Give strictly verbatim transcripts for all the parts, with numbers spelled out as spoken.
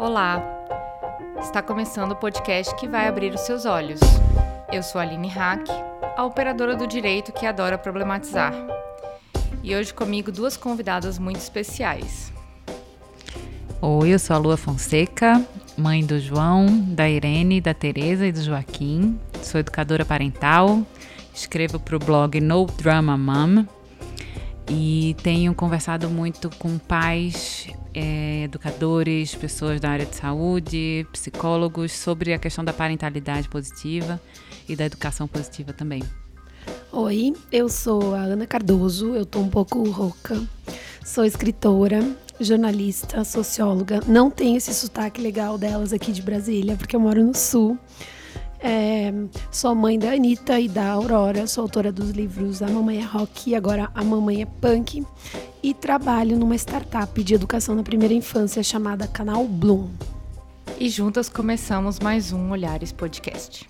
Olá! Está começando o podcast que vai abrir os seus olhos. Eu sou a Aline Hack, a operadora do direito que adora problematizar. E hoje comigo duas convidadas muito especiais. Oi, eu sou a Lua Fonseca, mãe do João, da Irene, da Tereza e do Joaquim. Sou educadora parental, escrevo para o blog No Drama Mom e tenho conversado muito com pais, é, educadores, pessoas da área de saúde, psicólogos sobre a questão da parentalidade positiva e da educação positiva também. Oi, eu sou a Ana Cardoso, eu tô um pouco rouca, sou escritora, jornalista, socióloga, não tenho esse sotaque legal delas aqui de Brasília, porque eu moro no Sul. É, sou mãe da Anitta e da Aurora, sou autora dos livros A Mamãe é Rock e agora A Mamãe é Punk e trabalho numa startup de educação na primeira infância chamada Canal Bloom. E juntas começamos mais um Olhares Podcast.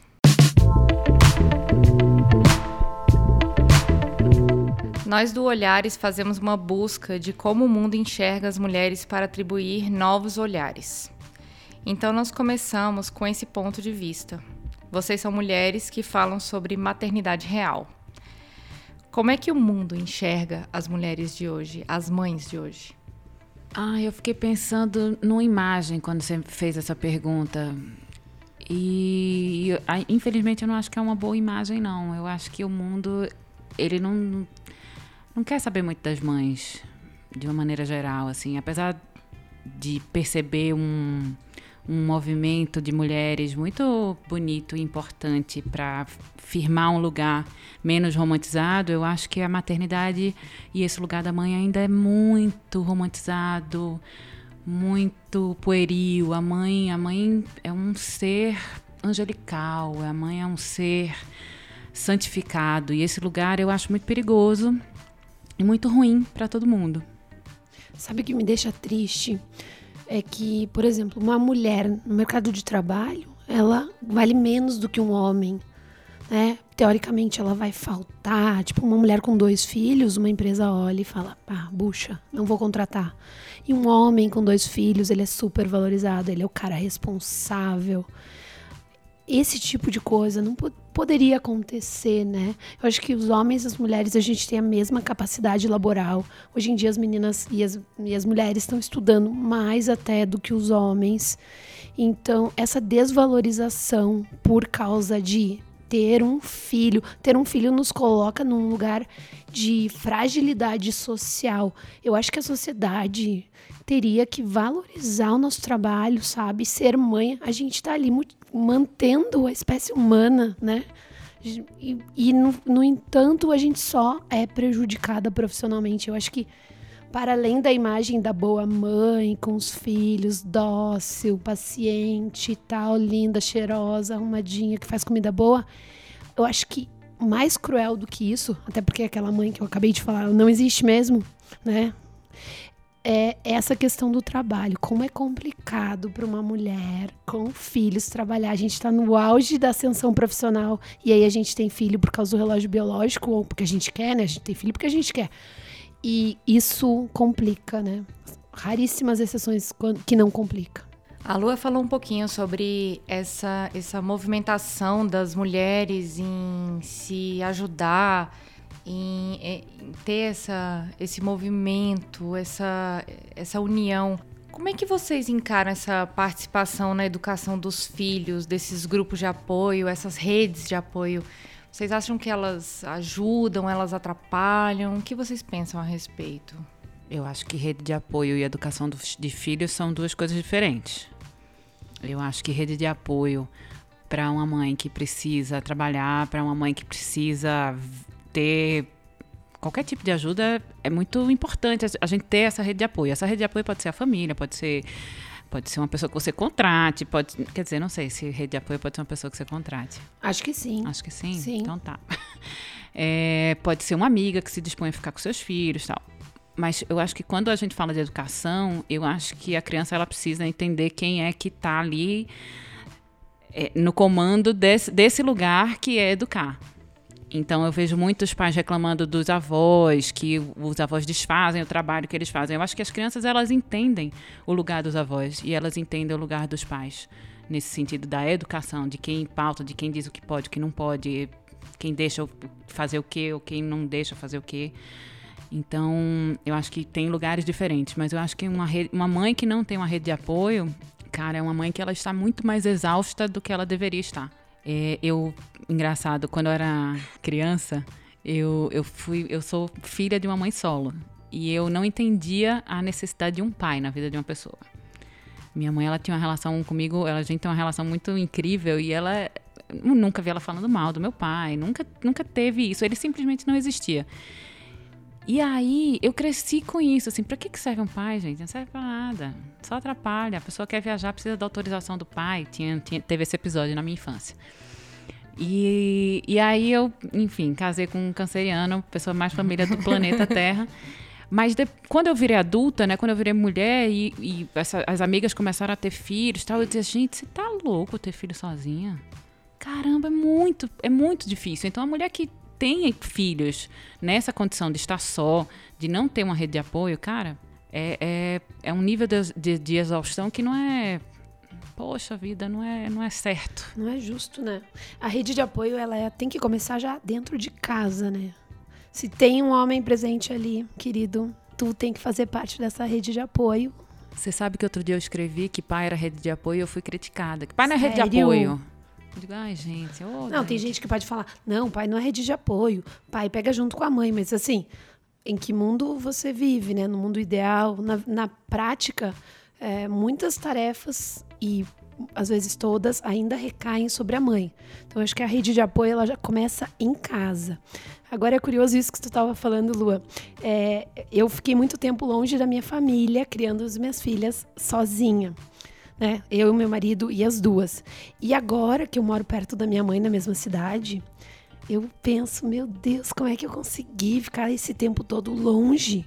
Nós do Olhares fazemos uma busca de como o mundo enxerga as mulheres para atribuir novos olhares. Então nós começamos com esse ponto de vista. Vocês são mulheres que falam sobre maternidade real. Como é que o mundo enxerga as mulheres de hoje, as mães de hoje? Ah, eu fiquei pensando numa imagem quando você fez essa pergunta. E, infelizmente, eu não acho que é uma boa imagem, não. Eu acho que o mundo, ele não, não quer saber muito das mães, de uma maneira geral, assim. Apesar de perceber um... um movimento de mulheres muito bonito e importante para firmar um lugar menos romantizado, eu acho que a maternidade e esse lugar da mãe ainda é muito romantizado, muito pueril. A mãe, a mãe é um ser angelical, a mãe é um ser santificado, e esse lugar eu acho muito perigoso e muito ruim para todo mundo. Sabe o que me deixa triste? É que, por exemplo, uma mulher no mercado de trabalho, ela vale menos do que um homem, né? Teoricamente, ela vai faltar. Tipo, uma mulher com dois filhos, uma empresa olha e fala, pá, bucha, não vou contratar. E um homem com dois filhos, ele é super valorizado, ele é o cara responsável. Esse tipo de coisa não po- poderia acontecer, né? Eu acho que os homens e as mulheres, a gente tem a mesma capacidade laboral. Hoje em dia as meninas e as, e as mulheres estão estudando mais até do que os homens. Então, essa desvalorização por causa de ter um filho, ter um filho nos coloca num lugar de fragilidade social. Eu acho que a sociedade teria que valorizar o nosso trabalho, sabe? Ser mãe, a gente tá ali mantendo a espécie humana, né? E, e no, no entanto, a gente só é prejudicada profissionalmente. Eu acho que, para além da imagem da boa mãe, com os filhos, dócil, paciente e tal, linda, cheirosa, arrumadinha, que faz comida boa, eu acho que mais cruel do que isso, até porque aquela mãe que eu acabei de falar, ela não existe mesmo, né? É essa questão do trabalho. Como é complicado para uma mulher com filhos trabalhar. A gente está no auge da ascensão profissional e aí a gente tem filho por causa do relógio biológico ou porque a gente quer, né? A gente tem filho porque a gente quer. E isso complica, né? Raríssimas exceções que não complica. A Lua falou um pouquinho sobre essa, essa movimentação das mulheres em se ajudar, Em, em ter essa, esse movimento, essa, essa união. Como é que vocês encaram essa participação na educação dos filhos, desses grupos de apoio, essas redes de apoio? Vocês acham que elas ajudam, elas atrapalham? O que vocês pensam a respeito? Eu acho que rede de apoio e educação de filhos são duas coisas diferentes. Eu acho que rede de apoio para uma mãe que precisa trabalhar, para uma mãe que precisa ter qualquer tipo de ajuda, é muito importante a gente ter essa rede de apoio. Essa rede de apoio pode ser a família, pode ser, pode ser uma pessoa que você contrate, pode, quer dizer, não sei se rede de apoio pode ser uma pessoa que você contrate. Acho que sim. Acho que sim? Sim. Então tá. É, pode ser uma amiga que se dispõe a ficar com seus filhos e tal. Mas eu acho que quando a gente fala de educação, eu acho que a criança ela precisa entender quem é que está ali é, no comando desse, desse lugar que é educar. Então, eu vejo muitos pais reclamando dos avós, que os avós desfazem o trabalho que eles fazem. Eu acho que as crianças, elas entendem o lugar dos avós e elas entendem o lugar dos pais, nesse sentido da educação, de quem pauta, de quem diz o que pode, o que não pode, quem deixa fazer o quê ou quem não deixa fazer o quê. Então, eu acho que tem lugares diferentes, mas eu acho que uma, rede, uma mãe que não tem uma rede de apoio, cara, é uma mãe que ela está muito mais exausta do que ela deveria estar. É, eu, engraçado, quando eu era criança, eu, eu, fui, eu sou filha de uma mãe solo. E eu não entendia a necessidade de um pai na vida de uma pessoa. Minha mãe, ela tinha uma relação comigo, ela, a gente tem uma relação muito incrível e ela... Eu nunca vi ela falando mal do meu pai, nunca, nunca teve isso, ele simplesmente não existia. E aí, eu cresci com isso, assim, pra que que serve um pai, gente? Não serve pra nada, só atrapalha. A pessoa quer viajar, precisa da autorização do pai. Tinha, tinha, teve esse episódio na minha infância. E, e aí eu, enfim, casei com um canceriano, pessoa mais família do planeta Terra. Mas de, quando eu virei adulta, né, quando eu virei mulher e, e essa, as amigas começaram a ter filhos, tal, eu dizia, gente, você tá louco ter filho sozinha? Caramba, é muito, é muito difícil. Então, a mulher que tem filhos nessa condição de estar só, de não ter uma rede de apoio, cara, é, é, é um nível de, de, de exaustão que não é... Poxa vida, não é, não é certo. Não é justo, né? A rede de apoio, ela é, tem que começar já dentro de casa, né? Se tem um homem presente ali, querido, tu tem que fazer parte dessa rede de apoio. Você sabe que outro dia eu escrevi que pai era rede de apoio e eu fui criticada. Que pai não é rede de Sério? apoio. Eu digo, ai, gente... Oh, não, gente. Tem gente que pode falar, não, pai não é rede de apoio. Pai pega junto com a mãe, mas assim, em que mundo você vive, né? No mundo ideal, na, na prática, é, muitas tarefas e às vezes todas ainda recaem sobre a mãe. Então, eu acho que a rede de apoio, ela já começa em casa. Agora, é curioso isso que tu estava falando, Lua. É, eu fiquei muito tempo longe da minha família, criando as minhas filhas sozinha. Né? Eu, meu marido e as duas. E agora que eu moro perto da minha mãe, na mesma cidade, eu penso, meu Deus, como é que eu consegui ficar esse tempo todo longe?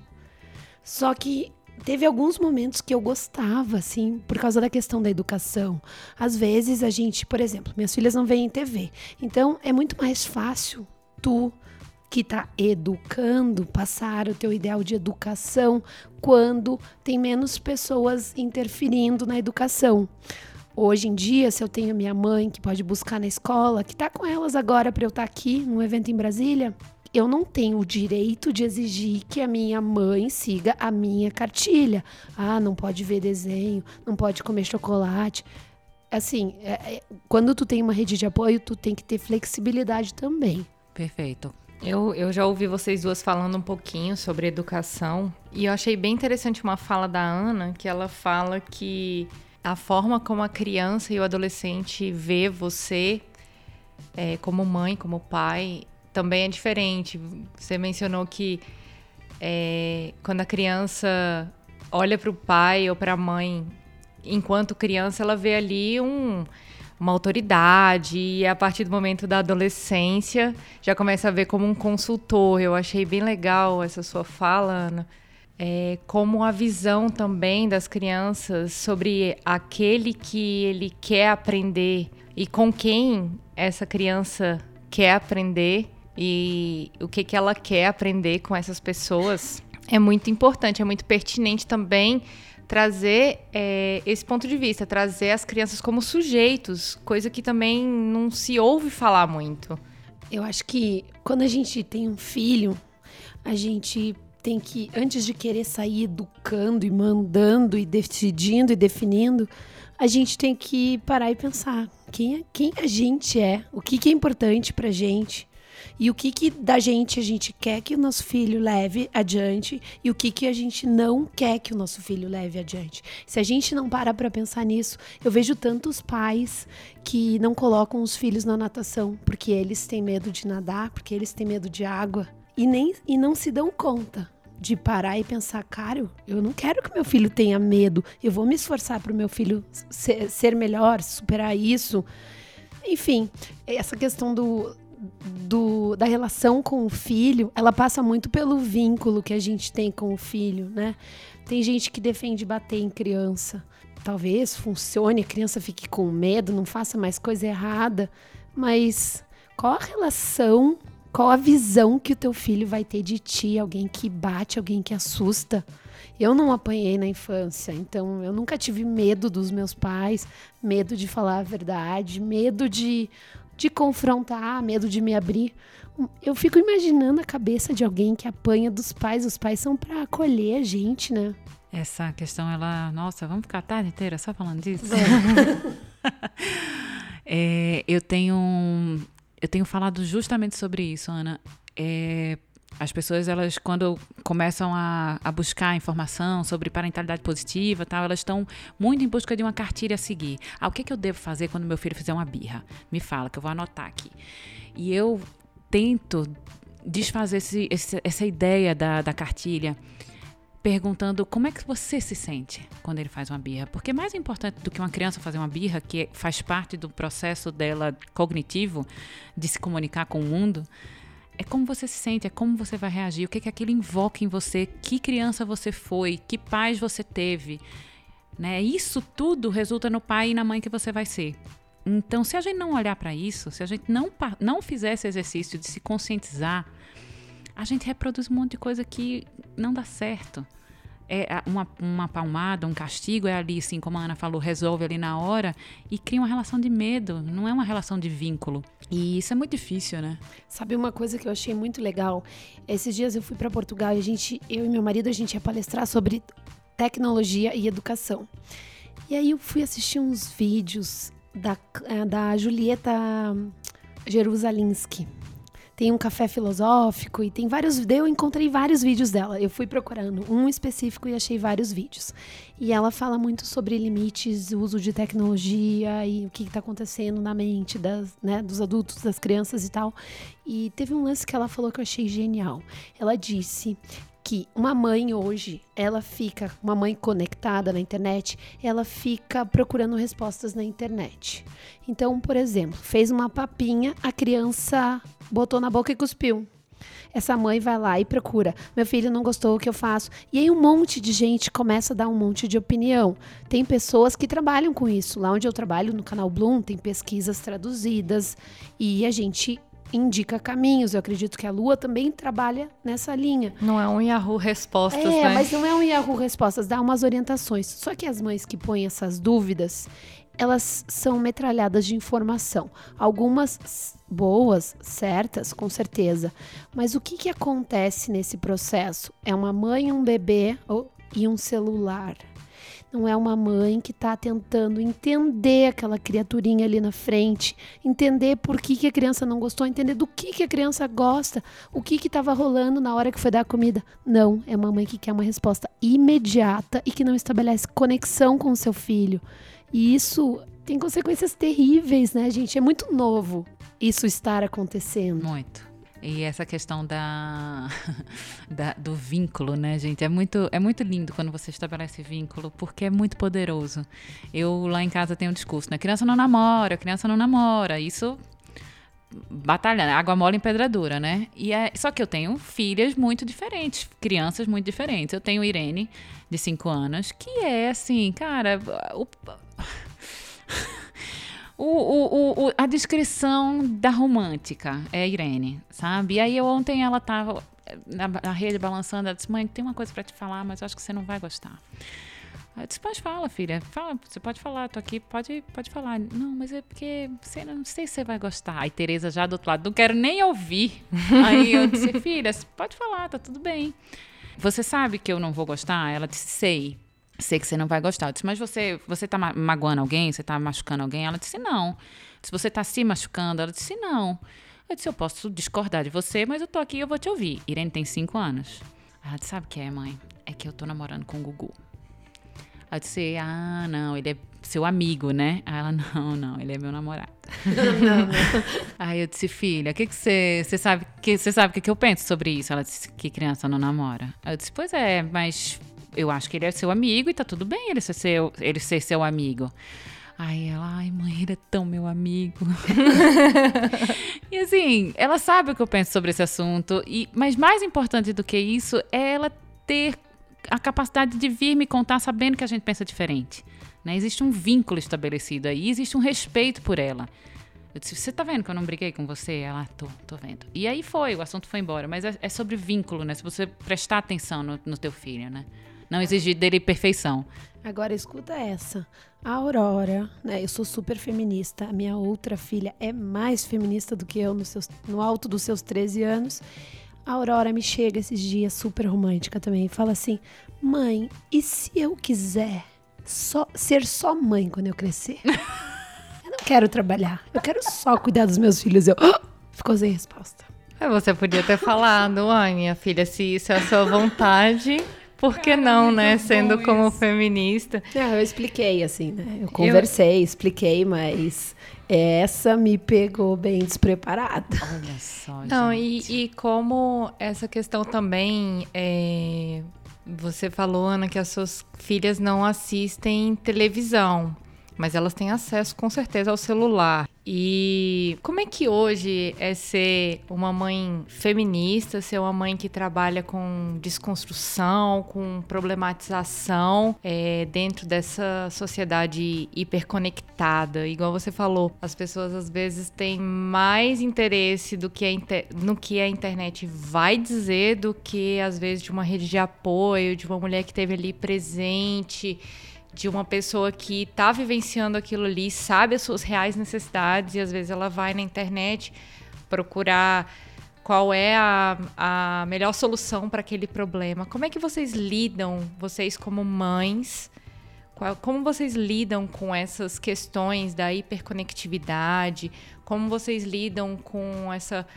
Só que teve alguns momentos que eu gostava, assim, por causa da questão da educação. Às vezes a gente, por exemplo, minhas filhas não veem T V. Então, é muito mais fácil tu, que está educando, passar o teu ideal de educação quando tem menos pessoas interferindo na educação. Hoje em dia, se eu tenho a minha mãe que pode buscar na escola, que está com elas agora para eu estar aqui num evento em Brasília, eu não tenho o direito de exigir que a minha mãe siga a minha cartilha. Ah, não pode ver desenho, não pode comer chocolate. Assim, é, é, quando tu tem uma rede de apoio, tu tem que ter flexibilidade também. Perfeito. Eu, eu já ouvi vocês duas falando um pouquinho sobre educação e eu achei bem interessante uma fala da Ana, que ela fala que a forma como a criança e o adolescente vê você é, como mãe, como pai, também é diferente. Você mencionou que é, quando a criança olha para o pai ou para a mãe, enquanto criança, ela vê ali um... uma autoridade, e a partir do momento da adolescência já começa a ver como um consultor. Eu achei bem legal essa sua fala, Ana. É, como a visão também das crianças sobre aquele que ele quer aprender e com quem essa criança quer aprender e o que, que ela quer aprender com essas pessoas é muito importante, é muito pertinente também trazer é, esse ponto de vista, trazer as crianças como sujeitos, coisa que também não se ouve falar muito. Eu acho que quando a gente tem um filho, a gente tem que, antes de querer sair educando e mandando e decidindo e definindo, a gente tem que parar e pensar quem, é, quem a gente é, o que, que é importante pra gente. E o que, que da gente a gente quer que o nosso filho leve adiante e o que, que a gente não quer que o nosso filho leve adiante. Se a gente não parar para pensar nisso, eu vejo tantos pais que não colocam os filhos na natação porque eles têm medo de nadar, porque eles têm medo de água e, nem, e não se dão conta de parar e pensar, cara, eu não quero que meu filho tenha medo, eu vou me esforçar para o meu filho ser, ser melhor, superar isso. Enfim, essa questão do... Do, da relação com o filho, ela passa muito pelo vínculo que a gente tem com o filho, né? Tem gente que defende bater em criança. Talvez funcione, a criança fique com medo, não faça mais coisa errada, mas qual a relação Qual a visão que o teu filho vai ter de ti? Alguém que bate, alguém que assusta? Eu não apanhei na infância, então eu nunca tive medo dos meus pais, medo de falar a verdade, medo de, de confrontar, medo de me abrir. Eu fico imaginando a cabeça de alguém que apanha dos pais. Os pais são para acolher a gente, né? Essa questão, ela... Nossa, vamos ficar a tarde inteira só falando disso? é, eu tenho... Eu tenho falado justamente sobre isso, Ana. É, as pessoas, elas, quando começam a, a buscar informação sobre parentalidade positiva, tal, elas estão muito em busca de uma cartilha a seguir. Ah, o que, que eu devo fazer quando meu filho fizer uma birra? Me fala, que eu vou anotar aqui. E eu tento desfazer esse, esse, essa ideia da, da cartilha, perguntando como é que você se sente quando ele faz uma birra. Porque mais importante do que uma criança fazer uma birra, que faz parte do processo dela cognitivo, de se comunicar com o mundo, é como você se sente, é como você vai reagir, o que, que aquilo invoca em você, que criança você foi, que pais você teve. Né? Isso tudo resulta no pai e na mãe que você vai ser. Então, se a gente não olhar para isso, se a gente não, não fizer esse exercício de se conscientizar, a gente reproduz um monte de coisa que não dá certo. É uma, uma palmada, um castigo, é ali, assim, como a Ana falou, resolve ali na hora e cria uma relação de medo, não é uma relação de vínculo. E isso é muito difícil, né? Sabe uma coisa que eu achei muito legal? Esses dias eu fui para Portugal e a gente, eu e meu marido, a gente ia palestrar sobre tecnologia e educação. E aí eu fui assistir uns vídeos da, da Julieta Jerusalinski. Tem um café filosófico e tem vários... Eu encontrei vários vídeos dela. Eu fui procurando um específico e achei vários vídeos. E ela fala muito sobre limites, uso de tecnologia e o que está acontecendo na mente das, né, dos adultos, das crianças e tal. E teve um lance que ela falou que eu achei genial. Ela disse que uma mãe hoje, ela fica, uma mãe conectada na internet, ela fica procurando respostas na internet. Então, por exemplo, fez uma papinha, a criança botou na boca e cuspiu. Essa mãe vai lá e procura. Meu filho não gostou, o que eu faço? E aí um monte de gente começa a dar um monte de opinião. Tem pessoas que trabalham com isso. Lá onde eu trabalho, no canal Bloom, tem pesquisas traduzidas e a gente indica caminhos. Eu acredito que a Lua também trabalha nessa linha. Não é um Yahoo Respostas, é, né? Mas não é um Yahoo Respostas, dá umas orientações. Só que as mães que põem essas dúvidas, elas são metralhadas de informação. Algumas boas, certas, com certeza. Mas o que, que acontece nesse processo? É uma mãe, um bebê oh, e um celular. Não é uma mãe que está tentando entender aquela criaturinha ali na frente, entender por que, que a criança não gostou, entender do que, que a criança gosta, o que estava rolando na hora que foi dar a comida. Não, é uma mãe que quer uma resposta imediata e que não estabelece conexão com o seu filho. E isso tem consequências terríveis, né, gente? É muito novo isso estar acontecendo. Muito. E essa questão da, da, do vínculo, né, gente? É muito, é muito lindo quando você estabelece vínculo, porque é muito poderoso. Eu, lá em casa, tenho um discurso, né? Criança não namora, criança não namora. Isso, batalha, água mole em pedra dura, né? E é, só que eu tenho filhas muito diferentes, crianças muito diferentes. Eu tenho Irene, de cinco anos, que é assim, cara... O, O, o, o, a descrição da romântica é Irene, sabe? E aí eu, ontem ela tava na, na rede balançando, ela disse, mãe, tem uma coisa pra te falar, mas eu acho que você não vai gostar. Aí eu disse, mas fala, filha, fala, você pode falar, tô aqui, pode, pode falar. Não, mas é porque você, não sei se você vai gostar. Aí Tereza já do outro lado, não quero nem ouvir. Aí eu disse, filha, pode falar, tá tudo bem. Você sabe que eu não vou gostar? Ela disse, sei. Sei que você não vai gostar. Eu disse, mas você, você tá magoando alguém? Você tá machucando alguém? Ela disse, não. Se você tá se machucando, ela disse, não. Eu disse, eu posso discordar de você, mas eu tô aqui e eu vou te ouvir. Irene tem cinco anos. Ela disse, sabe o que é, mãe? É que eu tô namorando com o Gugu. Eu disse, ah, não, ele é seu amigo, né? Aí ela, não, não, ele é meu namorado. não, não. Aí eu disse, filha, o que que você, você sabe, que você sabe o que que eu penso sobre isso? Ela disse, que criança não namora. Aí eu disse, pois é, mas... eu acho que ele é seu amigo e tá tudo bem ele ser seu, ele ser seu amigo. Aí ela, ai mãe, ele é tão meu amigo. E assim, ela sabe o que eu penso sobre esse assunto, e, mas mais importante do que isso é ela ter a capacidade de vir me contar sabendo que a gente pensa diferente. Né? Existe um vínculo estabelecido aí, existe um respeito por ela. Eu disse, você tá vendo que eu não briguei com você? Ela, tô, tô vendo. E aí foi, o assunto foi embora. Mas é, é sobre vínculo, né? Se você prestar atenção no, no teu filho, né? Não exigir dele perfeição. Agora escuta essa. A Aurora, né? Eu sou super feminista. A minha outra filha é mais feminista do que eu no, seus, no alto dos seus treze anos. A Aurora me chega esses dias super romântica também e fala assim, mãe, e se eu quiser só, ser só mãe quando eu crescer? Eu não quero trabalhar. Eu quero só cuidar dos meus filhos. Eu oh! Ficou sem resposta. Você podia ter falado, ai, minha filha, se isso é a sua vontade... Por que não, né? Sendo como feminista. Não, eu expliquei, assim, né? Eu conversei, eu... expliquei, mas essa me pegou bem despreparada. Olha só, gente. Não, e, e como essa questão também, é... você falou, Ana, que as suas filhas não assistem televisão, mas elas têm acesso, com certeza, ao celular. E como é que hoje é ser uma mãe feminista, ser uma mãe que trabalha com desconstrução, com problematização é, dentro dessa sociedade hiperconectada? Igual você falou, as pessoas às vezes têm mais interesse do que a inter... no que a internet vai dizer do que às vezes de uma rede de apoio, de uma mulher que esteve ali presente, de uma pessoa que está vivenciando aquilo ali, sabe as suas reais necessidades e às vezes ela vai na internet procurar qual é a, a melhor solução para aquele problema. Como é que vocês lidam, vocês como mães, qual, como vocês lidam com essas questões da hiperconectividade? Como vocês lidam com essa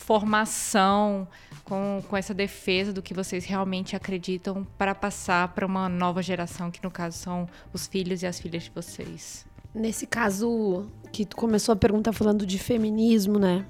formação, com, com essa defesa do que vocês realmente acreditam para passar para uma nova geração, que no caso são os filhos e as filhas de vocês? Nesse caso que tu começou a pergunta falando de feminismo, né?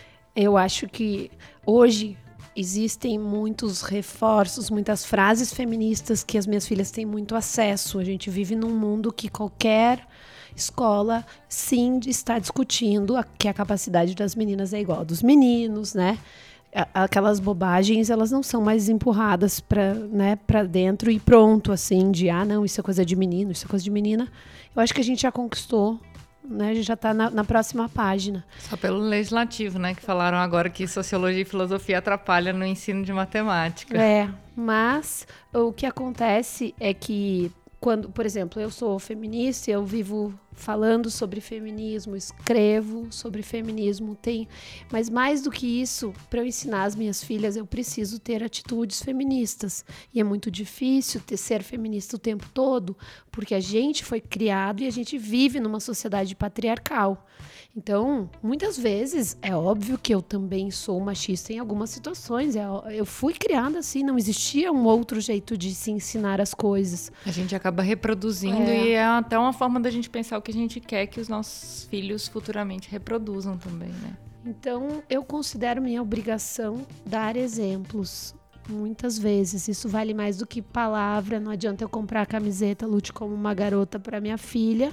Eu acho que hoje existem muitos reforços, muitas frases feministas que as minhas filhas têm muito acesso. A gente vive num mundo que qualquer escola, sim, está discutindo a, que a capacidade das meninas é igual a dos meninos, né? Aquelas bobagens, elas não são mais empurradas para, né, para dentro e pronto, assim, de, ah, não, isso é coisa de menino, isso é coisa de menina. Eu acho que a gente já conquistou, né? A gente já está na, na próxima página. Só pelo legislativo, né? Que falaram agora que sociologia e filosofia atrapalham no ensino de matemática. É, mas o que acontece é que quando, por exemplo, eu sou feminista, eu vivo falando sobre feminismo, escrevo sobre feminismo, tem, mas mais do que isso, para eu ensinar as minhas filhas, eu preciso ter atitudes feministas. E é muito difícil ter, ser feminista o tempo todo, porque a gente foi criado e a gente vive numa sociedade patriarcal. Então, muitas vezes, é óbvio que eu também sou machista em algumas situações. Eu fui criada assim, não existia um outro jeito de se ensinar as coisas. A gente acaba reproduzindo é. e é até uma forma da gente pensar o que a gente quer que os nossos filhos futuramente reproduzam também, né? Então, eu considero minha obrigação dar exemplos. Muitas vezes. Isso vale mais do que palavra. Não adianta eu comprar a camiseta Lute como uma garota para minha filha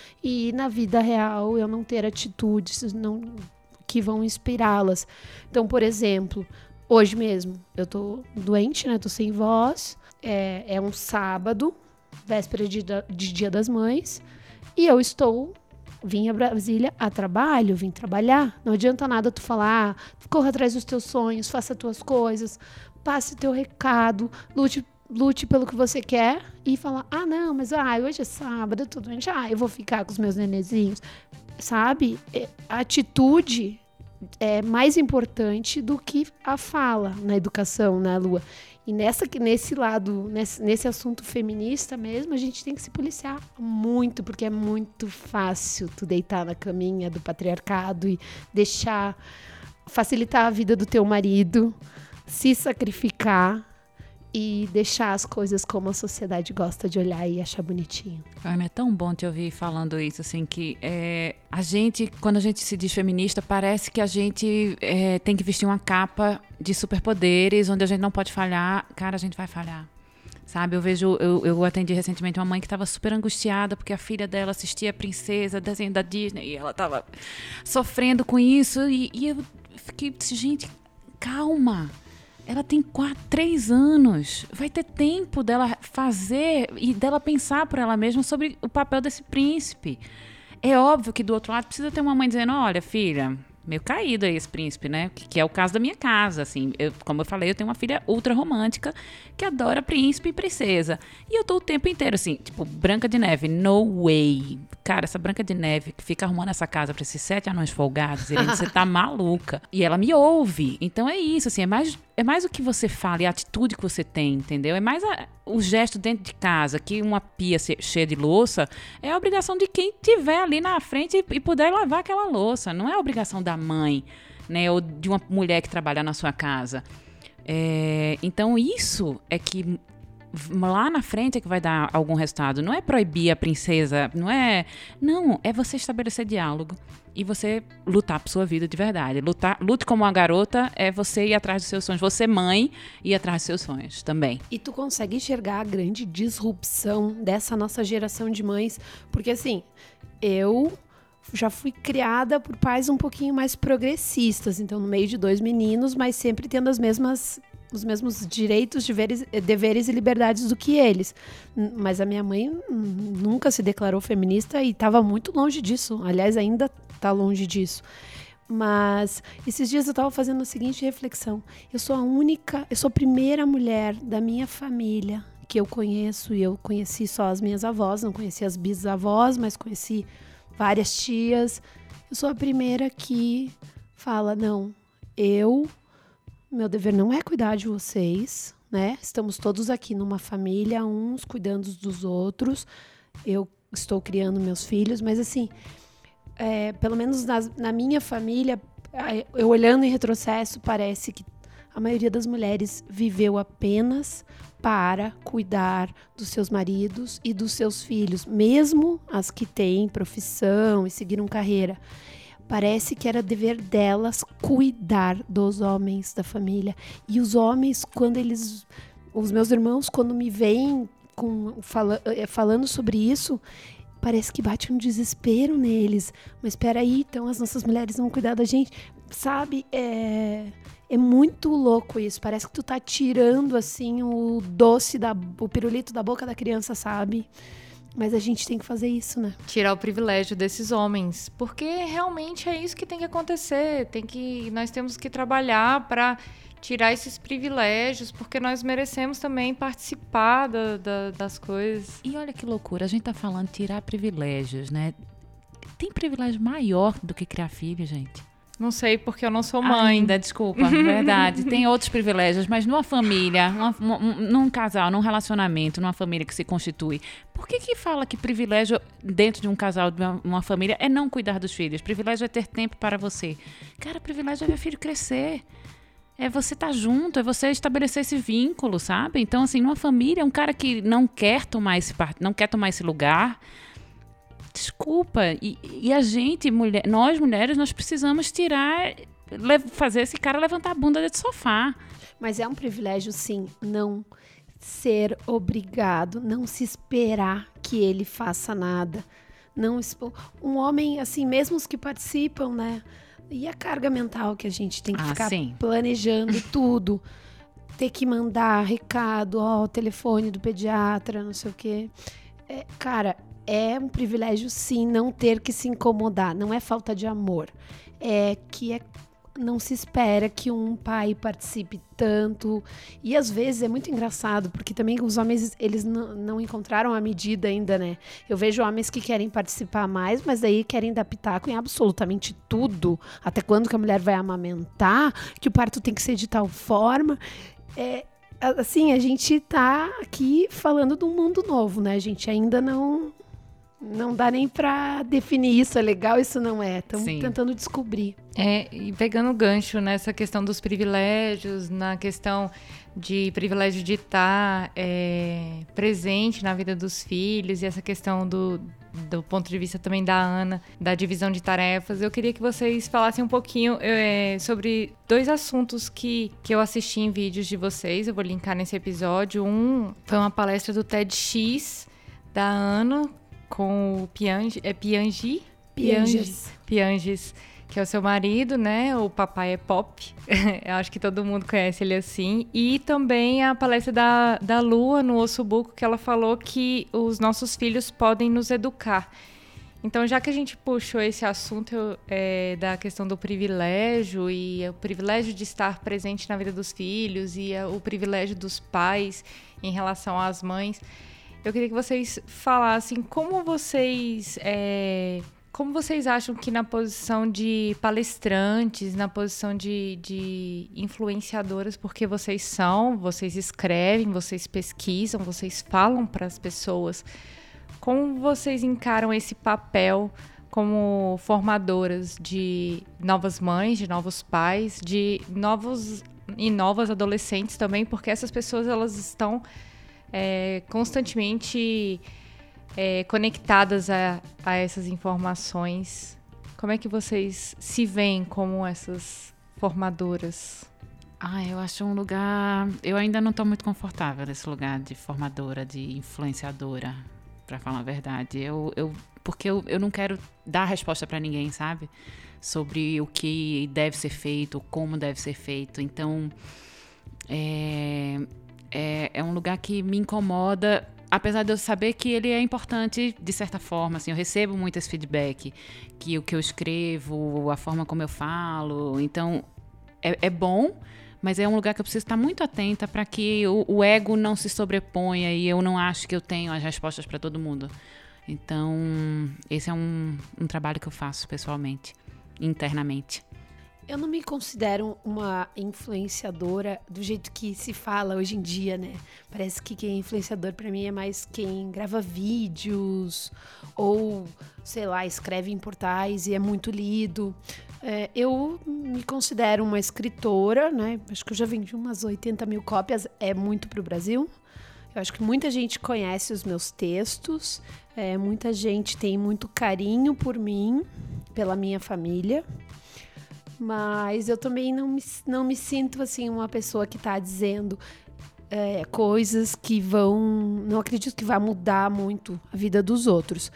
e na vida real eu não ter atitudes não, que vão inspirá-las. Então, por exemplo, hoje mesmo eu tô doente, né? Tô sem voz. É, é um sábado, véspera de, de Dia das Mães, e eu estou... Vim a Brasília a trabalho, vim trabalhar. Não adianta nada tu falar, ah, corra atrás dos teus sonhos, faça as tuas coisas, passe teu recado, lute, lute pelo que você quer e falar, ah, não, mas ah, hoje é sábado, eu tô doente, ah, eu vou ficar com os meus nenezinhos. Sabe? A atitude é mais importante do que a fala na educação, né, Lua? E nessa, nesse lado, nesse, nesse assunto feminista mesmo, a gente tem que se policiar muito, porque é muito fácil tu deitar na caminha do patriarcado e deixar, facilitar a vida do teu marido, se sacrificar e deixar as coisas como a sociedade gosta de olhar e achar bonitinho. Ana, é tão bom te ouvir falando isso, assim, que é, a gente, quando a gente se diz feminista, parece que a gente é, tem que vestir uma capa de superpoderes, onde a gente não pode falhar. Cara, a gente vai falhar. Sabe, eu vejo, eu, eu atendi recentemente uma mãe que estava super angustiada porque a filha dela assistia a Princesa, desenho da Disney, e ela estava sofrendo com isso, e, e eu fiquei, gente, calma. Ela tem quatro, três anos. Vai ter tempo dela fazer e dela pensar por ela mesma sobre o papel desse príncipe. É óbvio que do outro lado precisa ter uma mãe dizendo, olha, filha, meio caído aí esse príncipe, né? Que, que é o caso da minha casa, assim. Eu, como eu falei, eu tenho uma filha ultra romântica que adora príncipe e princesa. E eu tô o tempo inteiro, assim, tipo, Branca de Neve, no way. Cara, essa Branca de Neve que fica arrumando essa casa pra esses sete anões folgados, Irene, você tá maluca. E ela me ouve. Então é isso, assim, é mais, é mais o que você fala e a atitude que você tem, entendeu? É mais a, o gesto dentro de casa, que uma pia cheia de louça é a obrigação de quem tiver ali na frente e, e puder lavar aquela louça. Não é a obrigação da mãe, né, ou de uma mulher que trabalha na sua casa. É, então isso é que lá na frente é que vai dar algum resultado. Não é proibir a princesa, não é... Não, é você estabelecer diálogo e você lutar por sua vida de verdade. Lutar, lute como uma garota é você ir atrás dos seus sonhos. Você, mãe, ir atrás dos seus sonhos também. E tu consegue enxergar a grande disrupção dessa nossa geração de mães? Porque assim, eu... já fui criada por pais um pouquinho mais progressistas, então no meio de dois meninos, mas sempre tendo as mesmas, os mesmos direitos, deveres, deveres e liberdades do que eles. Mas a minha mãe nunca se declarou feminista e estava muito longe disso. Aliás, ainda está longe disso. Mas esses dias eu estava fazendo a seguinte reflexão. Eu sou a única, eu sou a primeira mulher da minha família que eu conheço, e eu conheci só as minhas avós, não conheci as bisavós, mas conheci várias tias. Eu sou a primeira que fala, não, eu, meu dever não é cuidar de vocês, né? Estamos todos aqui numa família, uns cuidando dos outros. Eu estou criando meus filhos, mas assim, é, pelo menos nas, na minha família, eu olhando em retrocesso, parece que a maioria das mulheres viveu apenas para cuidar dos seus maridos e dos seus filhos, mesmo as que têm profissão e seguiram carreira. Parece que era dever delas cuidar dos homens da família. E os homens, quando eles... Os meus irmãos, quando me veem com, fala, falando sobre isso, parece que bate um desespero neles. Mas espera aí, então as nossas mulheres vão cuidar da gente. Sabe, é... É muito louco isso, parece que tu tá tirando, assim, o doce, da, o pirulito da boca da criança, sabe? Mas a gente tem que fazer isso, né? Tirar o privilégio desses homens, porque realmente é isso que tem que acontecer, tem que, nós temos que trabalhar para tirar esses privilégios, porque nós merecemos também participar da, da, das coisas. E olha que loucura, a gente tá falando tirar privilégios, né? Tem privilégio maior do que criar filho, gente? Não sei, porque eu não sou mãe. Ainda, desculpa, verdade. Tem outros privilégios, mas numa família, numa, num casal, num relacionamento, numa família que se constitui, por que que fala que privilégio dentro de um casal, de uma, uma família, é não cuidar dos filhos? Privilégio é ter tempo para você. Cara, privilégio é ver filho crescer. É você estar junto, é você estabelecer esse vínculo, sabe? Então, assim, numa família, um cara que não quer tomar esse, não quer tomar esse lugar... Desculpa, e, e a gente, mulher, nós mulheres, nós precisamos tirar, fazer esse cara levantar a bunda desse sofá. Mas é um privilégio, sim, não ser obrigado, não se esperar que ele faça nada. Não, um homem, assim, mesmo os que participam, né? E a carga mental que a gente tem que ah, ficar sim. planejando tudo. Ter que mandar recado, ó, o telefone do pediatra, não sei o quê. É, cara... É um privilégio, sim, não ter que se incomodar. Não é falta de amor. É que é, não se espera que um pai participe tanto. E, às vezes, é muito engraçado, porque também os homens, eles não, não encontraram a medida ainda, né? Eu vejo homens que querem participar mais, mas aí querem dar pitaco em absolutamente tudo. Até quando que a mulher vai amamentar, que o parto tem que ser de tal forma. É... Assim, a gente tá aqui falando de um mundo novo, né? A gente ainda não... Não dá nem pra definir isso é legal, isso não é. Estamos tentando descobrir. É, e pegando o gancho nessa questão dos privilégios, na questão de privilégio de estar é, presente na vida dos filhos, e essa questão do, do ponto de vista também da Ana, da divisão de tarefas, eu queria que vocês falassem um pouquinho é, sobre dois assuntos que, que eu assisti em vídeos de vocês. Eu vou linkar nesse episódio. Um foi uma palestra do TEDx da Ana, com o Piangi, é Piangi? Pianges. Pianges, que é o seu marido, né? O papai é pop. Eu acho que todo mundo conhece ele assim. E também a palestra da, da Lua no Ossobuco, que ela falou que os nossos filhos podem nos educar. Então, já que a gente puxou esse assunto é, da questão do privilégio e o privilégio de estar presente na vida dos filhos e a, o privilégio dos pais em relação às mães, eu queria que vocês falassem como vocês, é, como vocês acham que na posição de palestrantes, na posição de, de influenciadoras, porque vocês são, vocês escrevem, vocês pesquisam, vocês falam para as pessoas, como vocês encaram esse papel como formadoras de novas mães, de novos pais, de novos e novas adolescentes também, porque essas pessoas elas estão é, constantemente é, conectadas a, a essas informações. Como é que vocês se veem como essas formadoras? Ah, eu acho um lugar... Eu ainda não estou muito confortável nesse lugar de formadora, de influenciadora. Pra falar a verdade, eu, eu, porque eu, eu não quero dar resposta pra ninguém, sabe? Sobre o que deve ser feito, como deve ser feito. Então, é, é, é um lugar que me incomoda, apesar de eu saber que ele é importante de certa forma. Assim, eu recebo muito esse feedback, que o que eu escrevo, a forma como eu falo. Então, é, é bom, mas é um lugar que eu preciso estar muito atenta para que o, o ego não se sobreponha e eu não acho que eu tenho as respostas para todo mundo. Então, esse é um, um trabalho que eu faço pessoalmente, internamente. Eu não me considero uma influenciadora do jeito que se fala hoje em dia, né? Parece que quem é influenciador para mim é mais quem grava vídeos ou, sei lá, escreve em portais e é muito lido. É, eu me considero uma escritora, né? Acho que eu já vendi umas oitenta mil cópias, é muito pro Brasil. Eu acho que muita gente conhece os meus textos, é, muita gente tem muito carinho por mim, pela minha família. Mas eu também não me, não me sinto assim uma pessoa que está dizendo é, coisas que vão... Não acredito que vai mudar muito a vida dos outros.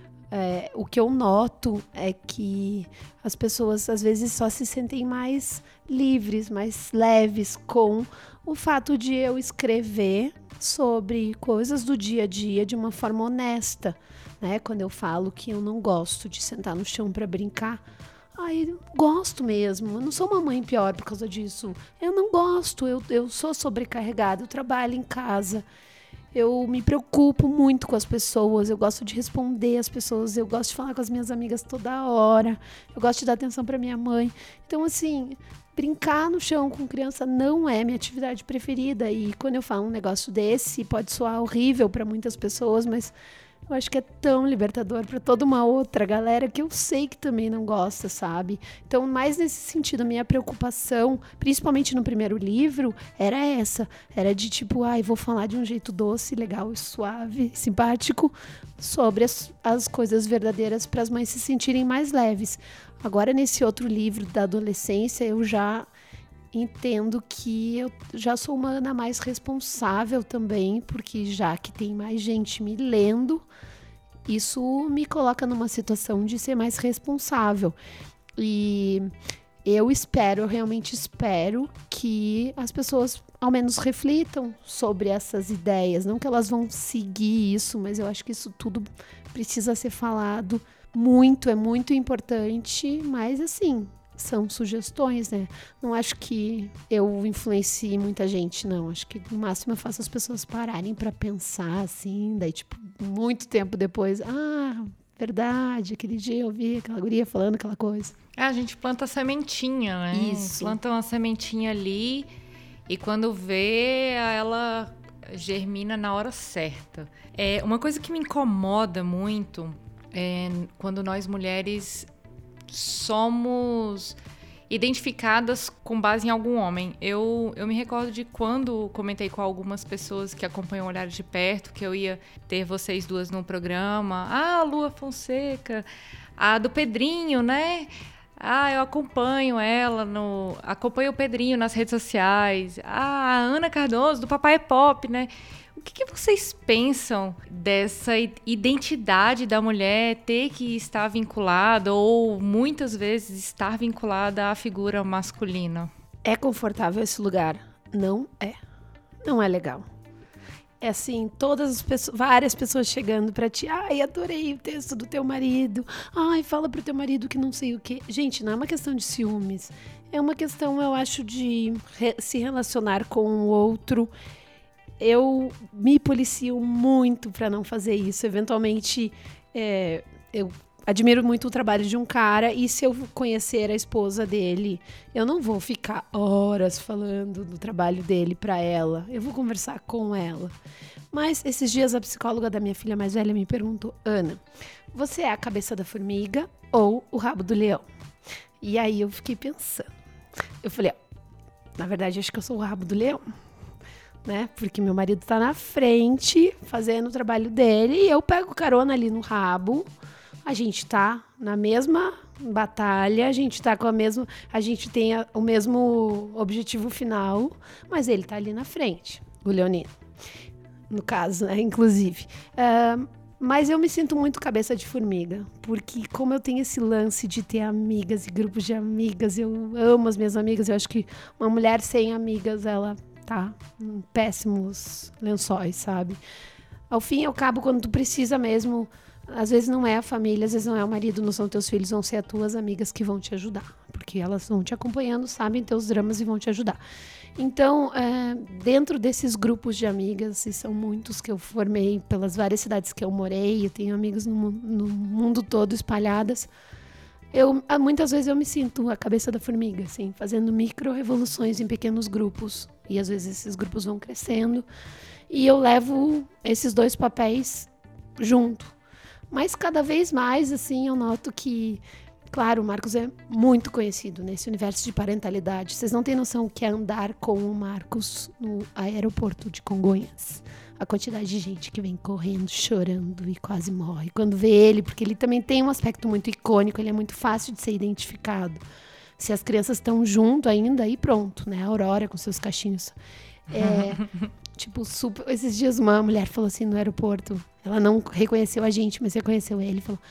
É, o que eu noto é que as pessoas às vezes só se sentem mais livres, mais leves com o fato de eu escrever sobre coisas do dia a dia de uma forma honesta, né? Quando eu falo que eu não gosto de sentar no chão para brincar, ai, gosto mesmo, eu não sou uma mãe pior por causa disso, eu não gosto, eu, eu sou sobrecarregada, eu trabalho em casa, eu me preocupo muito com as pessoas, eu gosto de responder as pessoas, eu gosto de falar com as minhas amigas toda hora, eu gosto de dar atenção para minha mãe. Então, assim, brincar no chão com criança não é minha atividade preferida. E quando eu falo um negócio desse, pode soar horrível para muitas pessoas, mas eu acho que é tão libertador para toda uma outra galera que eu sei que também não gosta, sabe? Então, mais nesse sentido, a minha preocupação, principalmente no primeiro livro, era essa. Era de tipo, ai, vou falar de um jeito doce, legal, suave, simpático, sobre as, as coisas verdadeiras para as mães se sentirem mais leves. Agora, nesse outro livro da adolescência, eu já entendo que eu já sou uma Ana mais responsável também, porque já que tem mais gente me lendo, isso me coloca numa situação de ser mais responsável. E eu espero, eu realmente espero que as pessoas ao menos reflitam sobre essas ideias. Não que elas vão seguir isso, mas eu acho que isso tudo precisa ser falado muito, é muito importante, mas assim, são sugestões, né? Não acho que eu influencie muita gente, não. Acho que no máximo eu faço as pessoas pararem pra pensar, assim, daí tipo, muito tempo depois, ah, verdade, aquele dia eu ouvi aquela guria falando aquela coisa. É, a gente planta a sementinha, né? Isso. Planta uma sementinha ali e quando vê, ela germina na hora certa. É, uma coisa que me incomoda muito é quando nós mulheres somos identificadas com base em algum homem. Eu, eu me recordo de quando comentei com algumas pessoas que acompanham Olhares de Perto, que eu ia ter vocês duas no programa. Ah, a Lua Fonseca, a do Pedrinho, né? Ah, eu acompanho ela, no, acompanho o Pedrinho nas redes sociais. Ah, a Ana Cardoso, do Papai é Pop, né? O que, que vocês pensam dessa identidade da mulher ter que estar vinculada ou muitas vezes estar vinculada à figura masculina? É confortável esse lugar? Não é. Não é legal. é assim, todas as pessoas, várias pessoas chegando pra ti. Ai, adorei o texto do teu marido. Ai, fala pro teu marido que não sei o quê. Gente, não é uma questão de ciúmes. É uma questão, eu acho, de re- se relacionar com o outro. Eu me policio muito pra não fazer isso. Eventualmente, é, eu admiro muito o trabalho de um cara, e se eu conhecer a esposa dele, eu não vou ficar horas falando do trabalho dele pra ela. Eu vou conversar com ela. Mas esses dias a psicóloga da minha filha mais velha me perguntou: Ana, você é a cabeça da formiga ou o rabo do leão? E aí eu fiquei pensando. Eu falei, ó, na verdade acho que eu sou o rabo do leão, né? Porque meu marido tá na frente fazendo o trabalho dele e eu pego carona ali no rabo. A gente tá na mesma batalha, a gente tá com a mesma, a gente tem a, o mesmo objetivo final, mas ele tá ali na frente, o leonino, no caso, né, inclusive. Uh, mas eu me sinto muito cabeça de formiga, porque como eu tenho esse lance de ter amigas e grupos de amigas, eu amo as minhas amigas, eu acho que uma mulher sem amigas, ela tá em péssimos lençóis, sabe? Ao fim e ao cabo, quando tu precisa mesmo, às vezes não é a família, às vezes não é o marido, não são teus filhos, vão ser as tuas amigas que vão te ajudar. Porque elas vão te acompanhando, sabem teus dramas e vão te ajudar. Então, é, dentro desses grupos de amigas, e são muitos que eu formei pelas várias cidades que eu morei, eu tenho amigas no, no mundo todo espalhadas, eu, muitas vezes eu me sinto a cabeça da formiga, assim, fazendo micro-revoluções em pequenos grupos. E às vezes esses grupos vão crescendo. E eu levo esses dois papéis junto. Mas cada vez mais, assim, eu noto que, claro, o Marcos é muito conhecido nesse universo de parentalidade. Vocês não têm noção o que é andar com o Marcos no aeroporto de Congonhas. A quantidade de gente que vem correndo, chorando e quase morre quando vê ele, porque ele também tem um aspecto muito icônico, ele é muito fácil de ser identificado. Se as crianças estão junto ainda, aí pronto, né? A Aurora com seus cachinhos. É, tipo, super... Esses dias uma mulher falou assim no aeroporto, ela não reconheceu a gente, mas reconheceu ele, falou: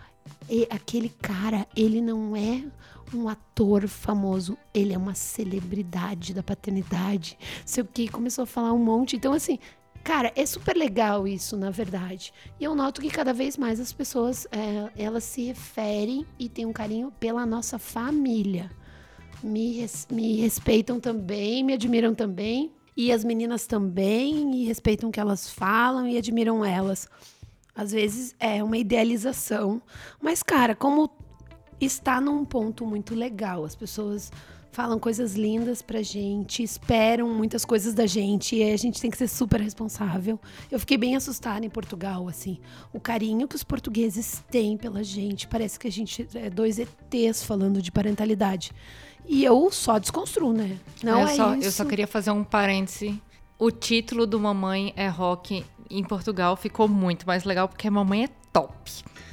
e aquele cara, ele não é um ator famoso, ele é uma celebridade da paternidade, não sei o que, começou a falar um monte. Então, assim, cara, é super legal isso, na verdade. E eu noto que cada vez mais as pessoas, é, elas se referem e têm um carinho pela nossa família. Me, res, me respeitam também, me admiram também. E as meninas também, e respeitam o que elas falam e admiram elas. Às vezes é uma idealização. Mas, cara, como está num ponto muito legal, as pessoas falam coisas lindas pra gente, esperam muitas coisas da gente, e a gente tem que ser super responsável. Eu fiquei bem assustada em Portugal, assim. O carinho que os portugueses têm pela gente. Parece que a gente é dois E Tês falando de parentalidade. E eu só desconstruo, né? Não eu é só, isso. Eu só queria fazer um parêntese. O título do Mamãe é Rock em Portugal ficou muito mais legal, porque a mamãe é top.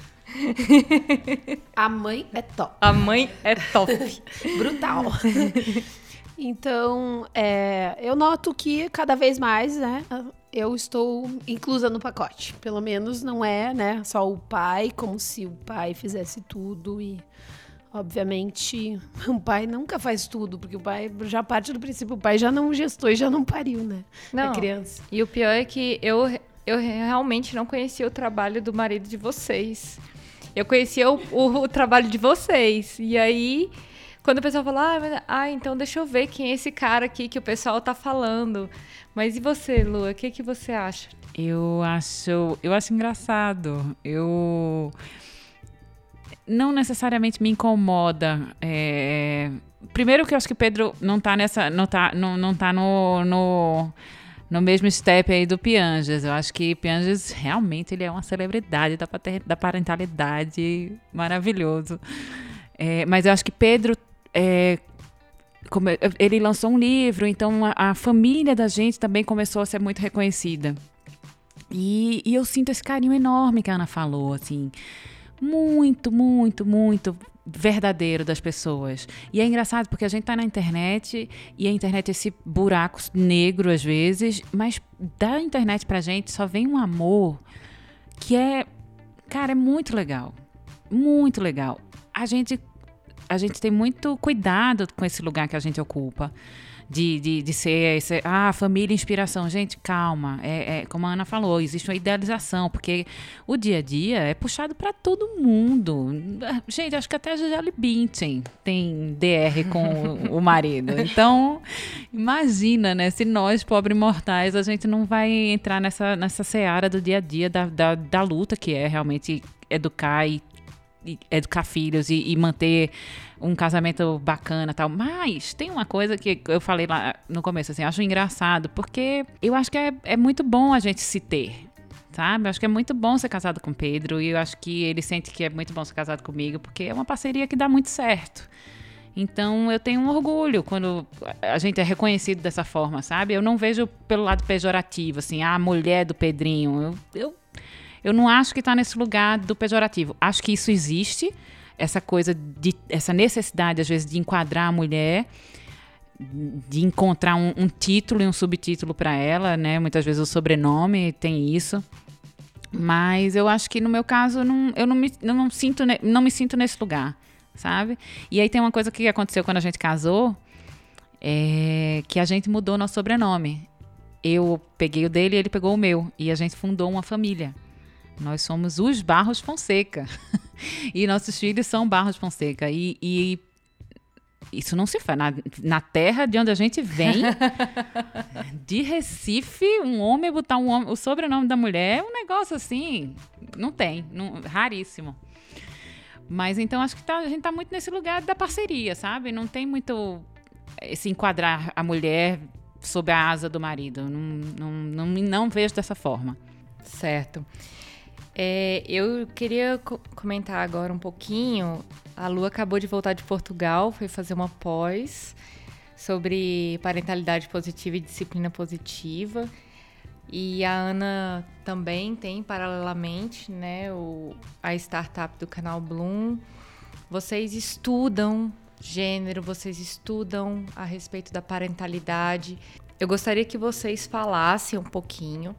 A mãe é top. A mãe é top. Brutal. Então, é, eu noto que cada vez mais, né, eu estou inclusa no pacote. Pelo menos não é, né, só o pai, como se o pai fizesse tudo e... Obviamente, o pai nunca faz tudo, porque o pai já parte do princípio, o pai já não gestou e já não pariu, né? Não. A criança. E o pior é que eu, eu realmente não conhecia o trabalho do marido de vocês. Eu conhecia o, o, o trabalho de vocês. E aí, quando o pessoal fala, ah, mas, ah, então deixa eu ver quem é esse cara aqui que o pessoal tá falando. Mas e você, Lua? O que, que você acha? Eu acho, eu acho engraçado. Eu... Não necessariamente me incomoda. É... Primeiro que eu acho que o Pedro não tá nessa, não tá, não, não tá no, no, no mesmo step aí do Pianges. Eu acho que Pianges realmente ele é uma celebridade da, pater, da parentalidade, maravilhoso. É, mas eu acho que Pedro, é, como, ele lançou um livro, então a, a família da gente também começou a ser muito reconhecida. E, e eu sinto esse carinho enorme que a Ana falou, assim... Muito, muito, muito verdadeiro das pessoas. E é engraçado porque a gente tá na internet e a internet é esse buraco negro às vezes, mas da internet pra gente só vem um amor que é, cara, é muito legal. Muito legal. A gente, a gente tem muito cuidado com esse lugar que a gente ocupa. de, de, de ser, ser ah, família inspiração. Gente, calma. É, é, como a Ana falou, existe uma idealização, porque o dia a dia é puxado para todo mundo. Gente, acho que até a Gisele Bündchen tem D R com o, o marido. Então, imagina, né? Se nós, pobres mortais, a gente não vai entrar nessa, nessa seara do dia a dia, da, da, da luta que é realmente educar e educar filhos e, e manter um casamento bacana e tal. Mas tem uma coisa que eu falei lá no começo, assim, acho engraçado, porque eu acho que é, é muito bom a gente se ter, sabe? Eu acho que é muito bom ser casado com o Pedro e eu acho que ele sente que é muito bom ser casado comigo, porque é uma parceria que dá muito certo. Então, eu tenho um orgulho quando a gente é reconhecido dessa forma, sabe? Eu não vejo pelo lado pejorativo, assim, a mulher do Pedrinho. Eu, eu Eu não acho que está nesse lugar do pejorativo. Acho que isso existe, essa coisa, de, essa necessidade, às vezes, de enquadrar a mulher, de encontrar um, um título e um subtítulo para ela, né? Muitas vezes o sobrenome tem isso. Mas eu acho que, no meu caso, eu não, eu não, me, eu não, sinto, não me sinto nesse lugar, sabe? E aí tem uma coisa que aconteceu quando a gente casou, é que a gente mudou nosso sobrenome. Eu peguei o dele e ele pegou o meu. E a gente fundou uma família. Nós somos os Barros Fonseca. E nossos filhos são Barros Fonseca. E, e isso não se faz. Na, na terra de onde a gente vem, de Recife, um homem botar um homem, o sobrenome da mulher é um negócio assim. Não tem. Não, raríssimo. Mas então acho que tá, a gente está muito nesse lugar da parceria, sabe? Não tem muito esse enquadrar a mulher sob a asa do marido. Não, não, não, não vejo dessa forma. Certo. É, eu queria co- comentar agora um pouquinho. A Lu acabou de voltar de Portugal, foi fazer uma pós sobre parentalidade positiva e disciplina positiva. E a Ana também tem, paralelamente, né, o, a startup do canal Bloom. Vocês estudam gênero, vocês estudam a respeito da parentalidade. Eu gostaria que vocês falassem um pouquinho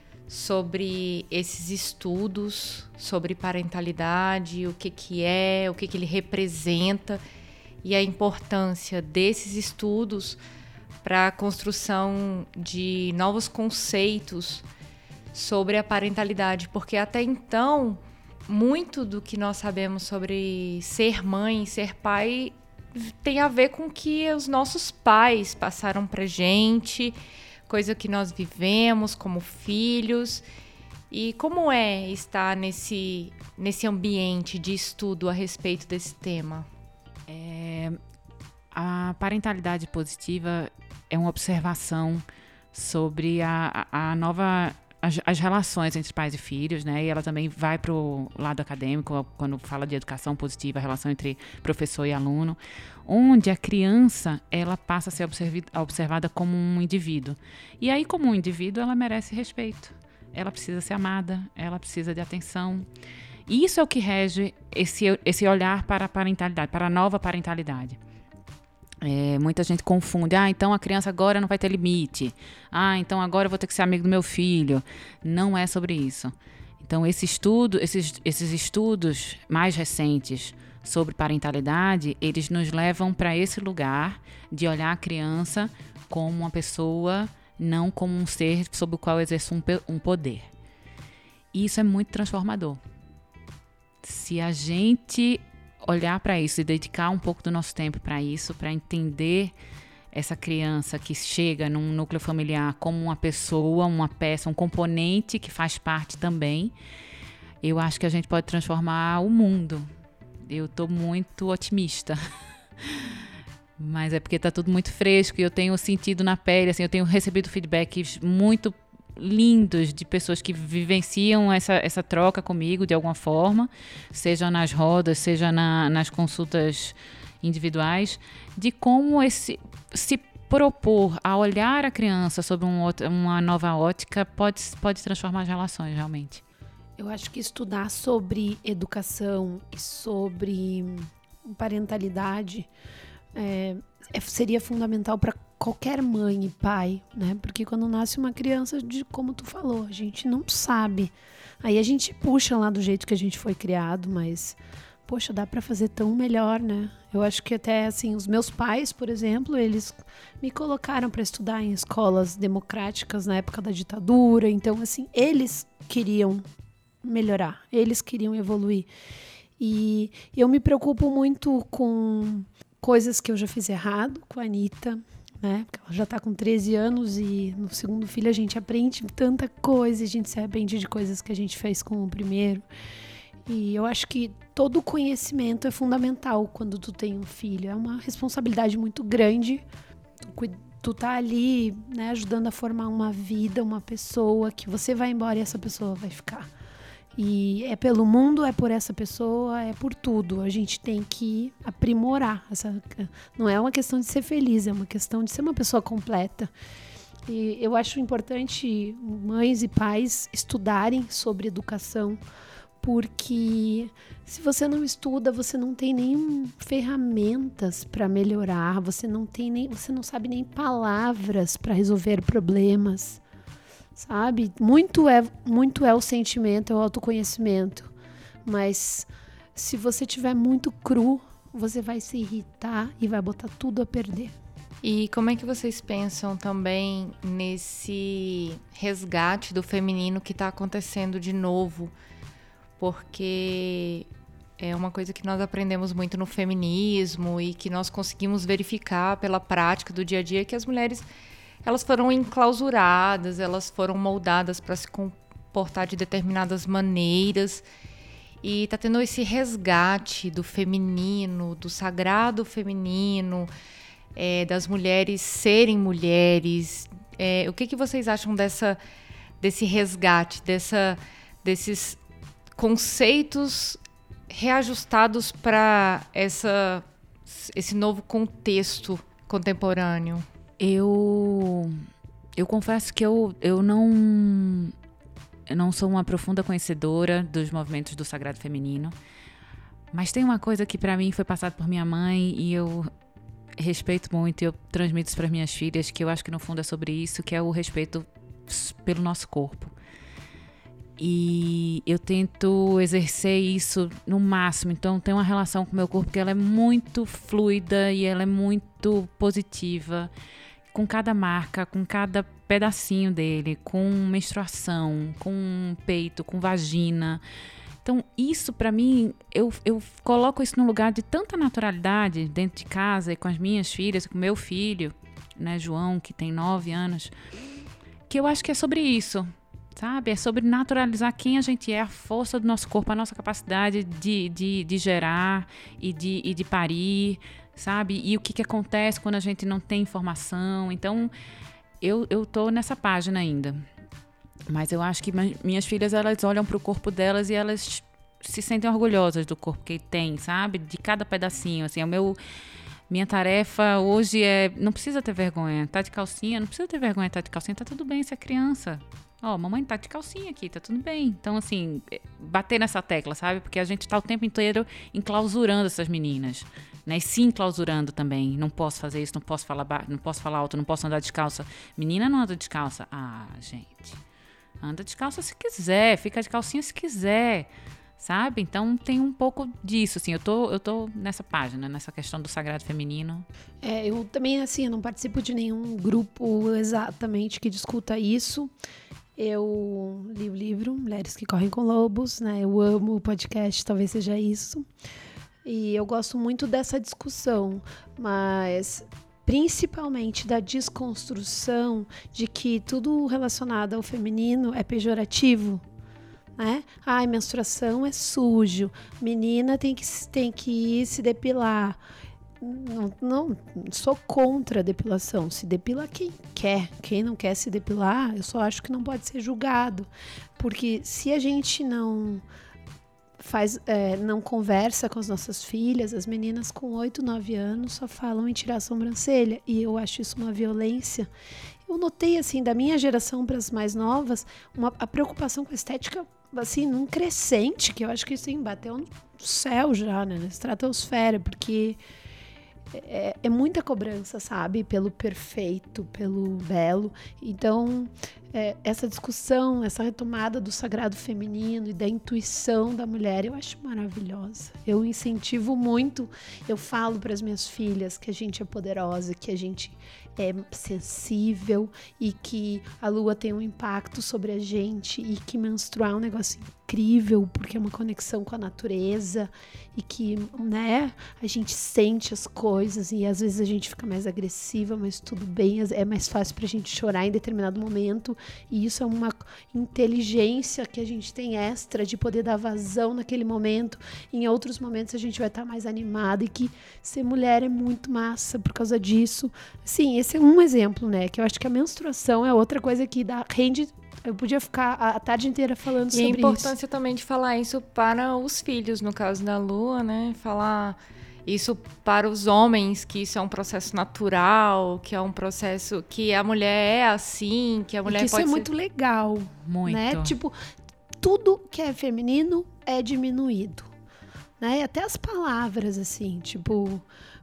sobre esses estudos sobre parentalidade, o que que é, o que que ele representa e a importância desses estudos para a construção de novos conceitos sobre a parentalidade, porque até então, muito do que nós sabemos sobre ser mãe e ser pai tem a ver com o que os nossos pais passaram pra gente, coisa que nós vivemos como filhos. E como é estar nesse, nesse ambiente de estudo a respeito desse tema? É, a parentalidade positiva é uma observação sobre a, a nova, as, as relações entre pais e filhos, né? E ela também vai para o lado acadêmico, quando fala de educação positiva, a relação entre professor e aluno, onde a criança ela passa a ser observada como um indivíduo. E aí, como um indivíduo, ela merece respeito. Ela precisa ser amada, ela precisa de atenção. E isso é o que rege esse, esse olhar para a parentalidade, para a nova parentalidade. É, muita gente confunde. Ah, então a criança agora não vai ter limite. Ah, então agora eu vou ter que ser amigo do meu filho. Não é sobre isso. Então, esse estudo, esses, esses estudos mais recentes sobre parentalidade, eles nos levam para esse lugar de olhar a criança como uma pessoa, não como um ser sobre o qual exerce um, um poder. E isso é muito transformador. Se a gente olhar para isso e dedicar um pouco do nosso tempo para isso, para entender essa criança que chega num núcleo familiar como uma pessoa, uma peça, um componente que faz parte também, eu acho que a gente pode transformar o mundo. Eu estou muito otimista. Mas é porque está tudo muito fresco e eu tenho sentido na pele, assim, eu tenho recebido feedbacks muito lindos de pessoas que vivenciam essa, essa troca comigo de alguma forma, seja nas rodas, seja na, nas consultas individuais, de como esse, se propor a olhar a criança sob um, uma nova ótica pode, pode transformar as relações, realmente. Eu acho que estudar sobre educação e sobre parentalidade é, é, seria fundamental para qualquer mãe e pai, né? Porque quando nasce uma criança, de, como tu falou, a gente não sabe. Aí a gente puxa lá do jeito que a gente foi criado, mas poxa, dá para fazer tão melhor, né? Eu acho que até, assim, os meus pais, por exemplo, eles me colocaram para estudar em escolas democráticas na época da ditadura. Então, assim, eles queriam melhorar, eles queriam evoluir. E eu me preocupo muito com coisas que eu já fiz errado com a Anitta, né? Porque ela já tá com treze anos e no segundo filho a gente aprende tanta coisa, a gente se arrepende de coisas que a gente fez com o primeiro. E eu acho que todo conhecimento é fundamental quando tu tem um filho. É uma responsabilidade muito grande. Tu, tu tá ali, né, ajudando a formar uma vida, uma pessoa que você vai embora e essa pessoa vai ficar. E é pelo mundo, é por essa pessoa, é por tudo. A gente tem que aprimorar. Essa, não é uma questão de ser feliz, é uma questão de ser uma pessoa completa. E eu acho importante mães e pais estudarem sobre educação, porque se você não estuda, você não tem nem ferramentas para melhorar, você não tem nem, você não sabe nem palavras para resolver problemas, sabe? Muito é, muito é o sentimento, é o autoconhecimento, mas se você tiver muito cru, você vai se irritar e vai botar tudo a perder. E como é que vocês pensam também nesse resgate do feminino que está acontecendo de novo? Porque é uma coisa que nós aprendemos muito no feminismo e que nós conseguimos verificar pela prática do dia a dia, que as mulheres, elas foram enclausuradas, elas foram moldadas para se comportar de determinadas maneiras. E está tendo esse resgate do feminino, do sagrado feminino, é, das mulheres serem mulheres. É, o que, que vocês acham dessa, desse resgate, dessa, desses conceitos reajustados para essa, esse novo contexto contemporâneo? Eu, eu confesso que eu, eu, não, eu não sou uma profunda conhecedora dos movimentos do sagrado feminino, mas tem uma coisa que para mim foi passada por minha mãe e eu respeito muito e eu transmito isso para minhas filhas, que eu acho que no fundo é sobre isso, que é o respeito pelo nosso corpo. E eu tento exercer isso no máximo. Então, tem uma relação com o meu corpo que ela é muito fluida e ela é muito positiva. Com cada marca, com cada pedacinho dele, com menstruação, com peito, com vagina. Então, isso pra mim, eu, eu coloco isso num lugar de tanta naturalidade dentro de casa e com as minhas filhas, com o meu filho, né, João, que tem nove anos, que eu acho que é sobre isso. Sabe? É sobre naturalizar quem a gente é, a força do nosso corpo, a nossa capacidade de, de, de gerar e de, e de parir, sabe? E o que, que acontece quando a gente não tem informação. Então, eu, eu tô nessa página ainda. Mas eu acho que minhas filhas, elas olham pro corpo delas e elas se sentem orgulhosas do corpo que tem, sabe? De cada pedacinho, assim, é o meu... Minha tarefa hoje é... Não precisa ter vergonha. Tá de calcinha? Não precisa ter vergonha. Tá de calcinha? Tá tudo bem, você é criança. Ó, oh, mamãe tá de calcinha aqui, tá tudo bem. Então, assim, bater nessa tecla, sabe? Porque a gente tá o tempo inteiro enclausurando essas meninas, né? E se enclausurando também. Não posso fazer isso, não posso falar, ba- não posso falar alto, não posso andar descalça. Menina não anda descalça. Ah, gente. Anda descalça se quiser, fica de calcinha se quiser, sabe? Então, tem um pouco disso, assim. Eu tô, eu tô nessa página, nessa questão do sagrado feminino. É, eu também, assim, eu não participo de nenhum grupo exatamente que discuta isso. Eu li o livro Mulheres que Correm com Lobos, né? Eu amo o podcast, talvez seja isso. E eu gosto muito dessa discussão, mas principalmente da desconstrução de que tudo relacionado ao feminino é pejorativo, né? Ai, menstruação é sujo, menina tem que, tem que ir se depilar. Não, não, sou contra a depilação. Se depila quem quer. Quem não quer se depilar, eu só acho que não pode ser julgado. Porque se a gente não faz, é, não conversa com as nossas filhas, as meninas com oito, nove anos só falam em tirar a sobrancelha. E eu acho isso uma violência. Eu notei, assim, da minha geração para as mais novas, uma, a preocupação com a estética, assim, num crescente, que eu acho que isso, assim, bateu no céu já, né? Na estratosfera, porque... É, é muita cobrança, sabe? Pelo perfeito, pelo belo. Então, é, essa discussão, essa retomada do sagrado feminino e da intuição da mulher, eu acho maravilhosa. Eu incentivo muito, eu falo para as minhas filhas que a gente é poderosa, que a gente é sensível e que a lua tem um impacto sobre a gente e que menstruar é um negócio incrível porque é uma conexão com a natureza e que, né, a gente sente as coisas e às vezes a gente fica mais agressiva, mas tudo bem, é mais fácil pra gente chorar em determinado momento e isso é uma inteligência que a gente tem extra de poder dar vazão naquele momento. Em outros momentos a gente vai estar mais animada e que ser mulher é muito massa por causa disso. Sim, esse é um exemplo, né? Que eu acho que a menstruação é outra coisa que dá, rende. Eu podia ficar a tarde inteira falando e sobre isso. E a importância também de falar isso para os filhos, no caso da Lua, né? Falar isso para os homens, que isso é um processo natural, que é um processo que a mulher é assim, que a mulher e que pode isso é ser... muito legal. Muito. Né? Tipo, tudo que é feminino é diminuído. Né? Até as palavras, assim, tipo...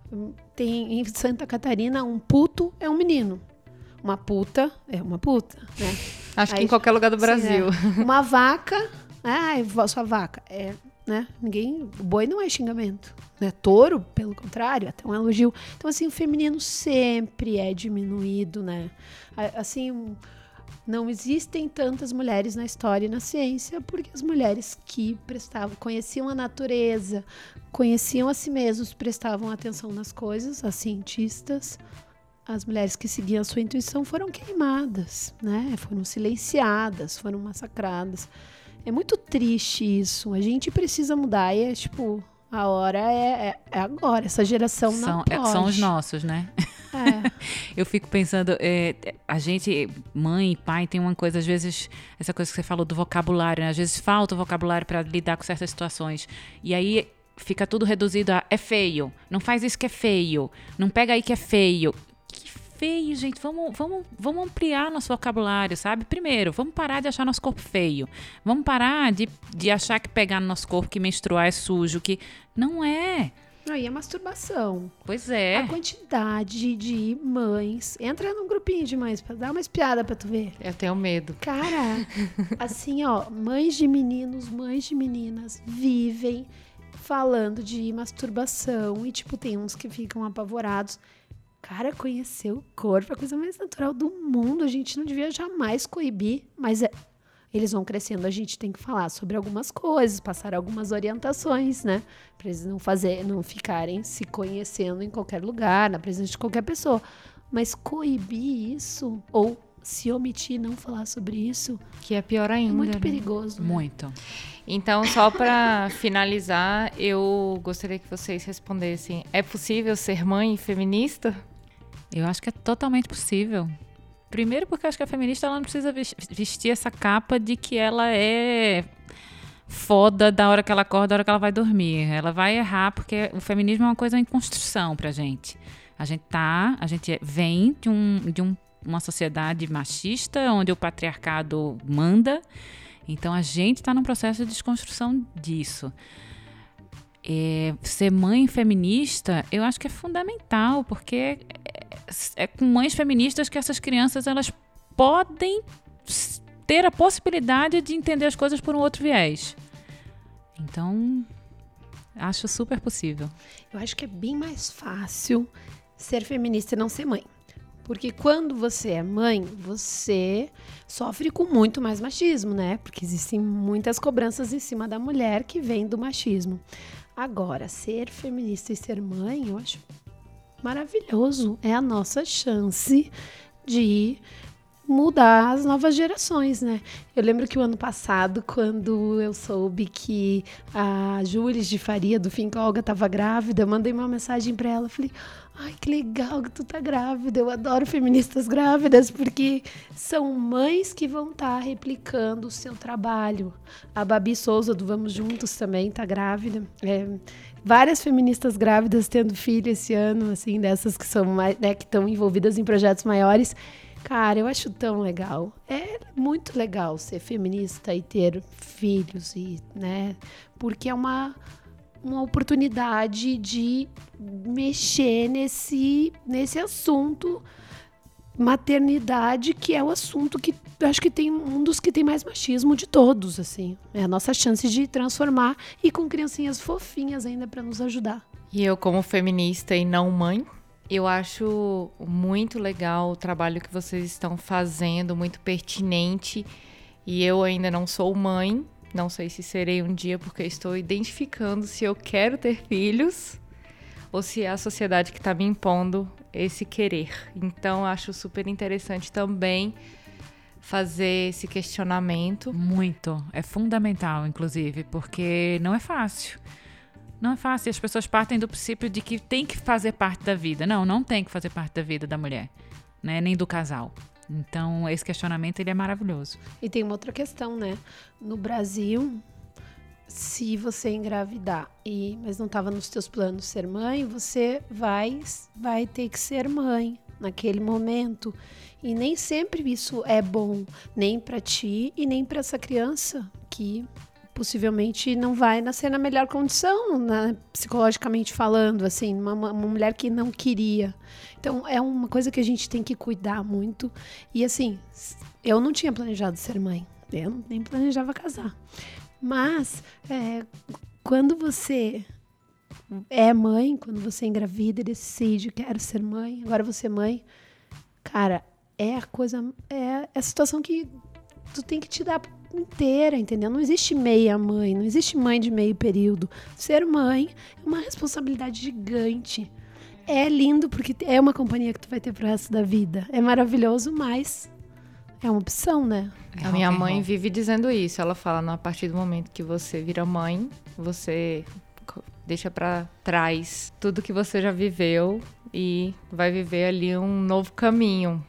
Tem em Santa Catarina, um puto é um menino. Uma puta é uma puta, né? Acho Aí, que em qualquer lugar do Brasil. Sim, é. Uma vaca, ai, sua vaca, é, né? Ninguém, o boi não é xingamento, né? Touro, pelo contrário, até um elogio. Então, assim, o feminino sempre é diminuído, né? Assim, não existem tantas mulheres na história e na ciência porque as mulheres que prestavam, conheciam a natureza, conheciam a si mesmos, prestavam atenção nas coisas, as cientistas, as mulheres que seguiam a sua intuição foram queimadas, né? Foram silenciadas, foram massacradas. É muito triste isso. A gente precisa mudar e é tipo, a hora é, é, é agora. Essa geração são, não pode. São os nossos, né? É. Eu fico pensando, é, a gente, mãe e pai, tem uma coisa, às vezes, essa coisa que você falou do vocabulário, né? Às vezes falta o vocabulário para lidar com certas situações. E aí fica tudo reduzido a é feio, não faz isso que é feio, não pega aí que é feio. Feio, gente, vamos, vamos, vamos ampliar nosso vocabulário, sabe? Primeiro, vamos parar de achar nosso corpo feio. Vamos parar de, de achar que pegar no nosso corpo, que menstruar é sujo, que não é. Aí a masturbação. Pois é. A quantidade de mães. Entra num grupinho de mães pra dar uma espiada pra tu ver. Eu tenho medo. Cara, assim, ó, mães de meninos, mães de meninas vivem falando de masturbação e, tipo, tem uns que ficam apavorados. Cara, conhecer o corpo é a coisa mais natural do mundo. A gente não devia jamais coibir, mas é, eles vão crescendo. A gente tem que falar sobre algumas coisas, passar algumas orientações, né? Para eles não, fazer, não ficarem se conhecendo em qualquer lugar, na presença de qualquer pessoa. Mas coibir isso, ou se omitir, não falar sobre isso... Que é pior ainda. É muito né? perigoso. Né? Muito. Então, só para finalizar, eu gostaria que vocês respondessem. É possível ser mãe feminista? Eu acho que é totalmente possível. Primeiro porque eu acho que a feminista ela não precisa vestir essa capa de que ela é foda da hora que ela acorda, da hora que ela vai dormir. Ela vai errar porque o feminismo é uma coisa em construção pra gente. A gente tá, a gente vem de, um, de um, uma sociedade machista onde o patriarcado manda. Então a gente está num processo de desconstrução disso. É, ser mãe feminista, eu acho que é fundamental, porque é, é com mães feministas que essas crianças elas podem ter a possibilidade de entender as coisas por um outro viés. Então, acho super possível. Eu acho que é bem mais fácil ser feminista e não ser mãe. Porque quando você é mãe, você sofre com muito mais machismo, né? Porque existem muitas cobranças em cima da mulher que vem do machismo. Agora, ser feminista e ser mãe, eu acho maravilhoso. É a nossa chance de mudar as novas gerações, né? Eu lembro que o ano passado, quando eu soube que a Júlia de Faria, do Finca Olga, estava grávida, eu mandei uma mensagem para ela, falei, ai, que legal que tu tá grávida, eu adoro feministas grávidas, porque são mães que vão estar tá replicando o seu trabalho. A Babi Souza, do Vamos Juntos, também tá grávida. É, várias feministas grávidas tendo filho esse ano, assim, dessas que são mais, né, que estão envolvidas em projetos maiores. Cara, eu acho tão legal. É muito legal ser feminista e ter filhos, e, né? Porque é uma, uma oportunidade de mexer nesse, nesse assunto maternidade, que é o assunto que eu acho que tem um dos que tem mais machismo de todos, assim. É a nossa chance de transformar e com criancinhas fofinhas ainda para nos ajudar. E eu, como feminista e não mãe, eu acho muito legal o trabalho que vocês estão fazendo, muito pertinente. E eu ainda não sou mãe, não sei se serei um dia, porque estou identificando se eu quero ter filhos ou se é a sociedade que está me impondo esse querer. Então, acho super interessante também fazer esse questionamento. Muito. É fundamental, inclusive, porque não é fácil. Não é fácil. As pessoas partem do princípio de que tem que fazer parte da vida. Não, não tem que fazer parte da vida da mulher, né? Nem do casal. Então, esse questionamento, ele é maravilhoso. E tem uma outra questão, né? No Brasil, se você engravidar, e, mas não estava nos teus planos ser mãe, você vai, vai ter que ser mãe naquele momento. E nem sempre isso é bom, nem para ti e nem para essa criança que possivelmente não vai nascer na melhor condição, né, psicologicamente falando, assim, uma, uma mulher que não queria. Então, é uma coisa que a gente tem que cuidar muito. E, assim, eu não tinha planejado ser mãe, eu nem planejava casar. Mas, é, quando você é mãe, quando você engravida e decide, quero ser mãe, agora vou ser mãe, cara, é a coisa, é a situação que tu tem que te dar inteira, entendeu? Não existe meia mãe, não existe mãe de meio período. Ser mãe é uma responsabilidade gigante. É lindo porque é uma companhia que tu vai ter pro resto da vida. É maravilhoso, mas é uma opção, né? A minha mãe vive dizendo isso. Ela fala, a partir do momento que você vira mãe, você deixa pra trás tudo que você já viveu e vai viver ali um novo caminho.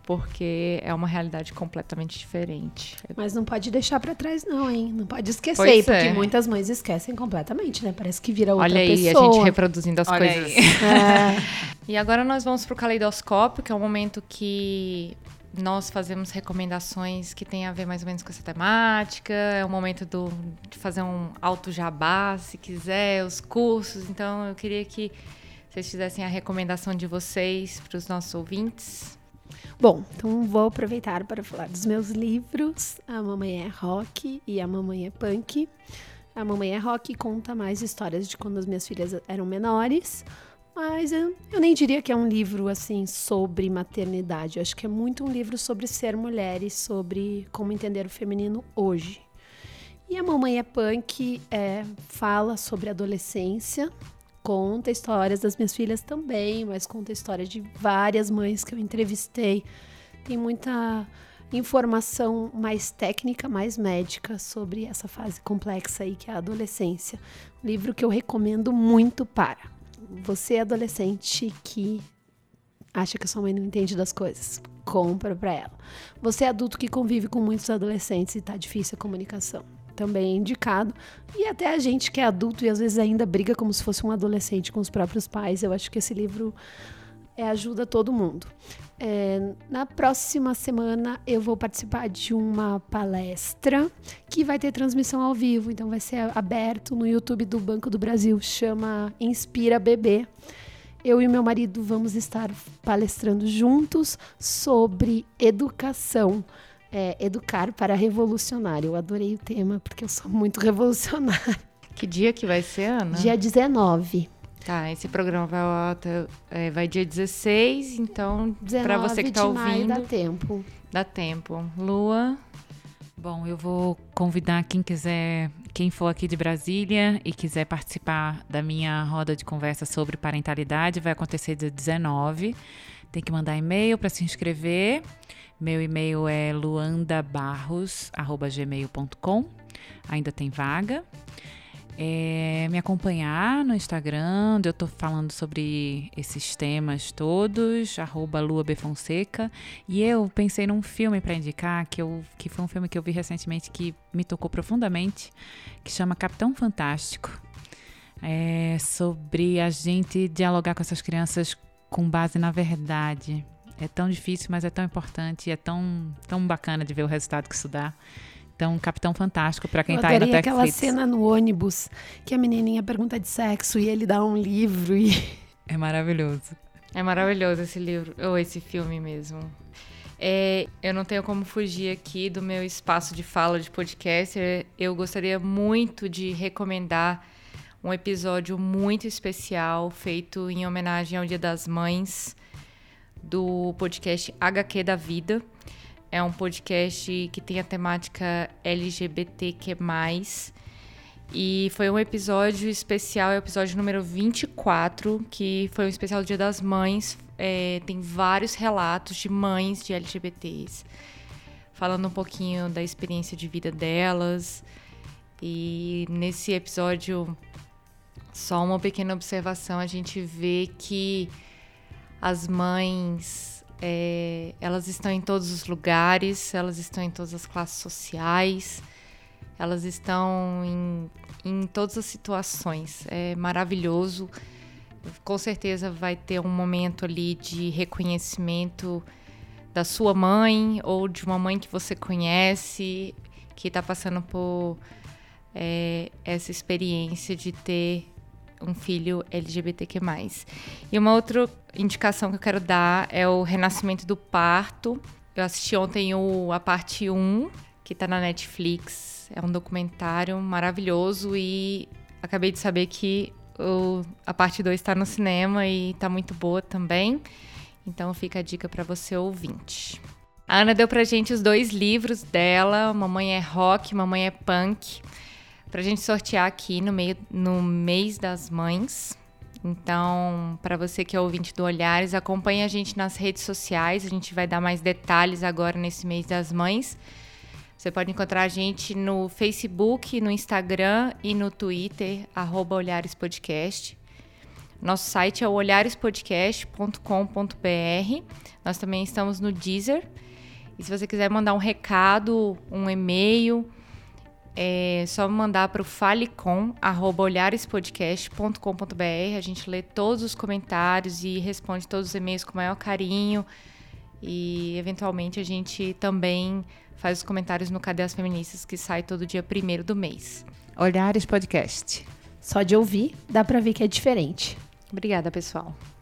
Porque é uma realidade completamente diferente. Mas não pode deixar pra trás não, hein? Não pode esquecer, pois porque é. Muitas mães esquecem completamente, né? Parece que vira outra Olha aí, pessoa. a gente reproduzindo as Olha coisas. É. E agora nós vamos pro caleidoscópio, que é um momento que nós fazemos recomendações que tem a ver mais ou menos com essa temática. É o momento do, de fazer um auto jabá, se quiser, os cursos. Então, eu queria que vocês fizessem a recomendação de vocês para os nossos ouvintes. Bom, então vou aproveitar para falar dos meus livros. A Mamãe é Rock e A Mamãe é Punk. A Mamãe é Rock conta mais histórias de quando as minhas filhas eram menores, mas eu, eu nem diria que é um livro assim sobre maternidade. Eu acho que é muito um livro sobre ser mulher e sobre como entender o feminino hoje. E A Mamãe é Punk é, fala sobre adolescência. Conta histórias das minhas filhas também, mas conta histórias de várias mães que eu entrevistei. Tem muita informação mais técnica, mais médica sobre essa fase complexa aí que é a adolescência. Um livro que eu recomendo muito para você adolescente que acha que a sua mãe não entende das coisas. Compra para ela. Você adulto que convive com muitos adolescentes e tá difícil a comunicação. Também é indicado. E até a gente que é adulto e às vezes ainda briga como se fosse um adolescente com os próprios pais. Eu acho que esse livro é, ajuda todo mundo. É, na próxima semana eu vou participar de uma palestra que vai ter transmissão ao vivo. Então vai ser aberto no YouTube do Banco do Brasil. Chama Inspira Bebê. Eu e meu marido vamos estar palestrando juntos sobre educação. É, educar para revolucionar. Eu adorei o tema, porque eu sou muito revolucionária. Que dia que vai ser, Ana? Dia dezenove. Tá, esse programa vai, ao, é, vai dia dezesseis, então para você que tá ouvindo... dezenove de maio dá tempo. Dá tempo. Lua? Bom, eu vou convidar quem quiser, quem for aqui de Brasília e quiser participar da minha roda de conversa sobre parentalidade, vai acontecer dia dezenove. Tem que mandar e-mail para se inscrever. Meu e-mail é luandabarros arroba gmail ponto com. Ainda tem vaga. É, me acompanhar no Instagram, onde eu estou falando sobre esses temas todos, arroba luabfonseca. E eu pensei num filme para indicar, que, eu, que foi um filme que eu vi recentemente que me tocou profundamente, que chama Capitão Fantástico. É sobre a gente dialogar com essas crianças com base na verdade. É tão difícil, mas é tão importante e é tão, tão bacana de ver o resultado que isso dá. Então, Capitão Fantástico, para quem está aí no Netflix. Eu adorei aquela cena no ônibus, que a menininha pergunta de sexo e ele dá um livro. E... É maravilhoso. É maravilhoso esse livro, ou esse filme mesmo. É, eu não tenho como fugir aqui do meu espaço de fala de podcaster. Eu gostaria muito de recomendar um episódio muito especial feito em homenagem ao Dia das Mães do podcast H Q da Vida. É um podcast que tem a temática L G B T Q mais, e foi um episódio especial, é o episódio número vinte e quatro, que foi um especial do Dia das Mães. É, tem vários relatos de mães de L G B Ts, falando um pouquinho da experiência de vida delas. E nesse episódio, só uma pequena observação, a gente vê que as mães, é, elas estão em todos os lugares, elas estão em todas as classes sociais, elas estão em, em todas as situações. É maravilhoso. Com certeza vai ter um momento ali de reconhecimento da sua mãe ou de uma mãe que você conhece, que está passando por é, essa experiência de ter um filho L G B T Q mais. E uma outra indicação que eu quero dar é o Renascimento do Parto. Eu assisti ontem o, a parte um, que está na Netflix. É um documentário maravilhoso e acabei de saber que o, a parte dois está no cinema e está muito boa também. Então fica a dica para você ouvinte. A Ana deu pra gente os dois livros dela, Mamãe é Rock, Mamãe é Punk, pra gente sortear aqui no, meio, no mês das mães. Então, para você que é ouvinte do Olhares, acompanhe a gente nas redes sociais. A gente vai dar mais detalhes agora nesse mês das mães. Você pode encontrar a gente no Facebook, no Instagram e no Twitter, arroba Olhares Podcast. Nosso site é o olhares podcast ponto com ponto b r. Nós também estamos no Deezer. E se você quiser mandar um recado, um e-mail, é só mandar para o falecom, arroba olhares podcast ponto com ponto b r. A gente lê todos os comentários e responde todos os e-mails com o maior carinho. E, eventualmente, a gente também faz os comentários no Cadê as Feministas, que sai todo dia primeiro do mês. Olhares Podcast. Só de ouvir, dá pra ver que é diferente. Obrigada, pessoal.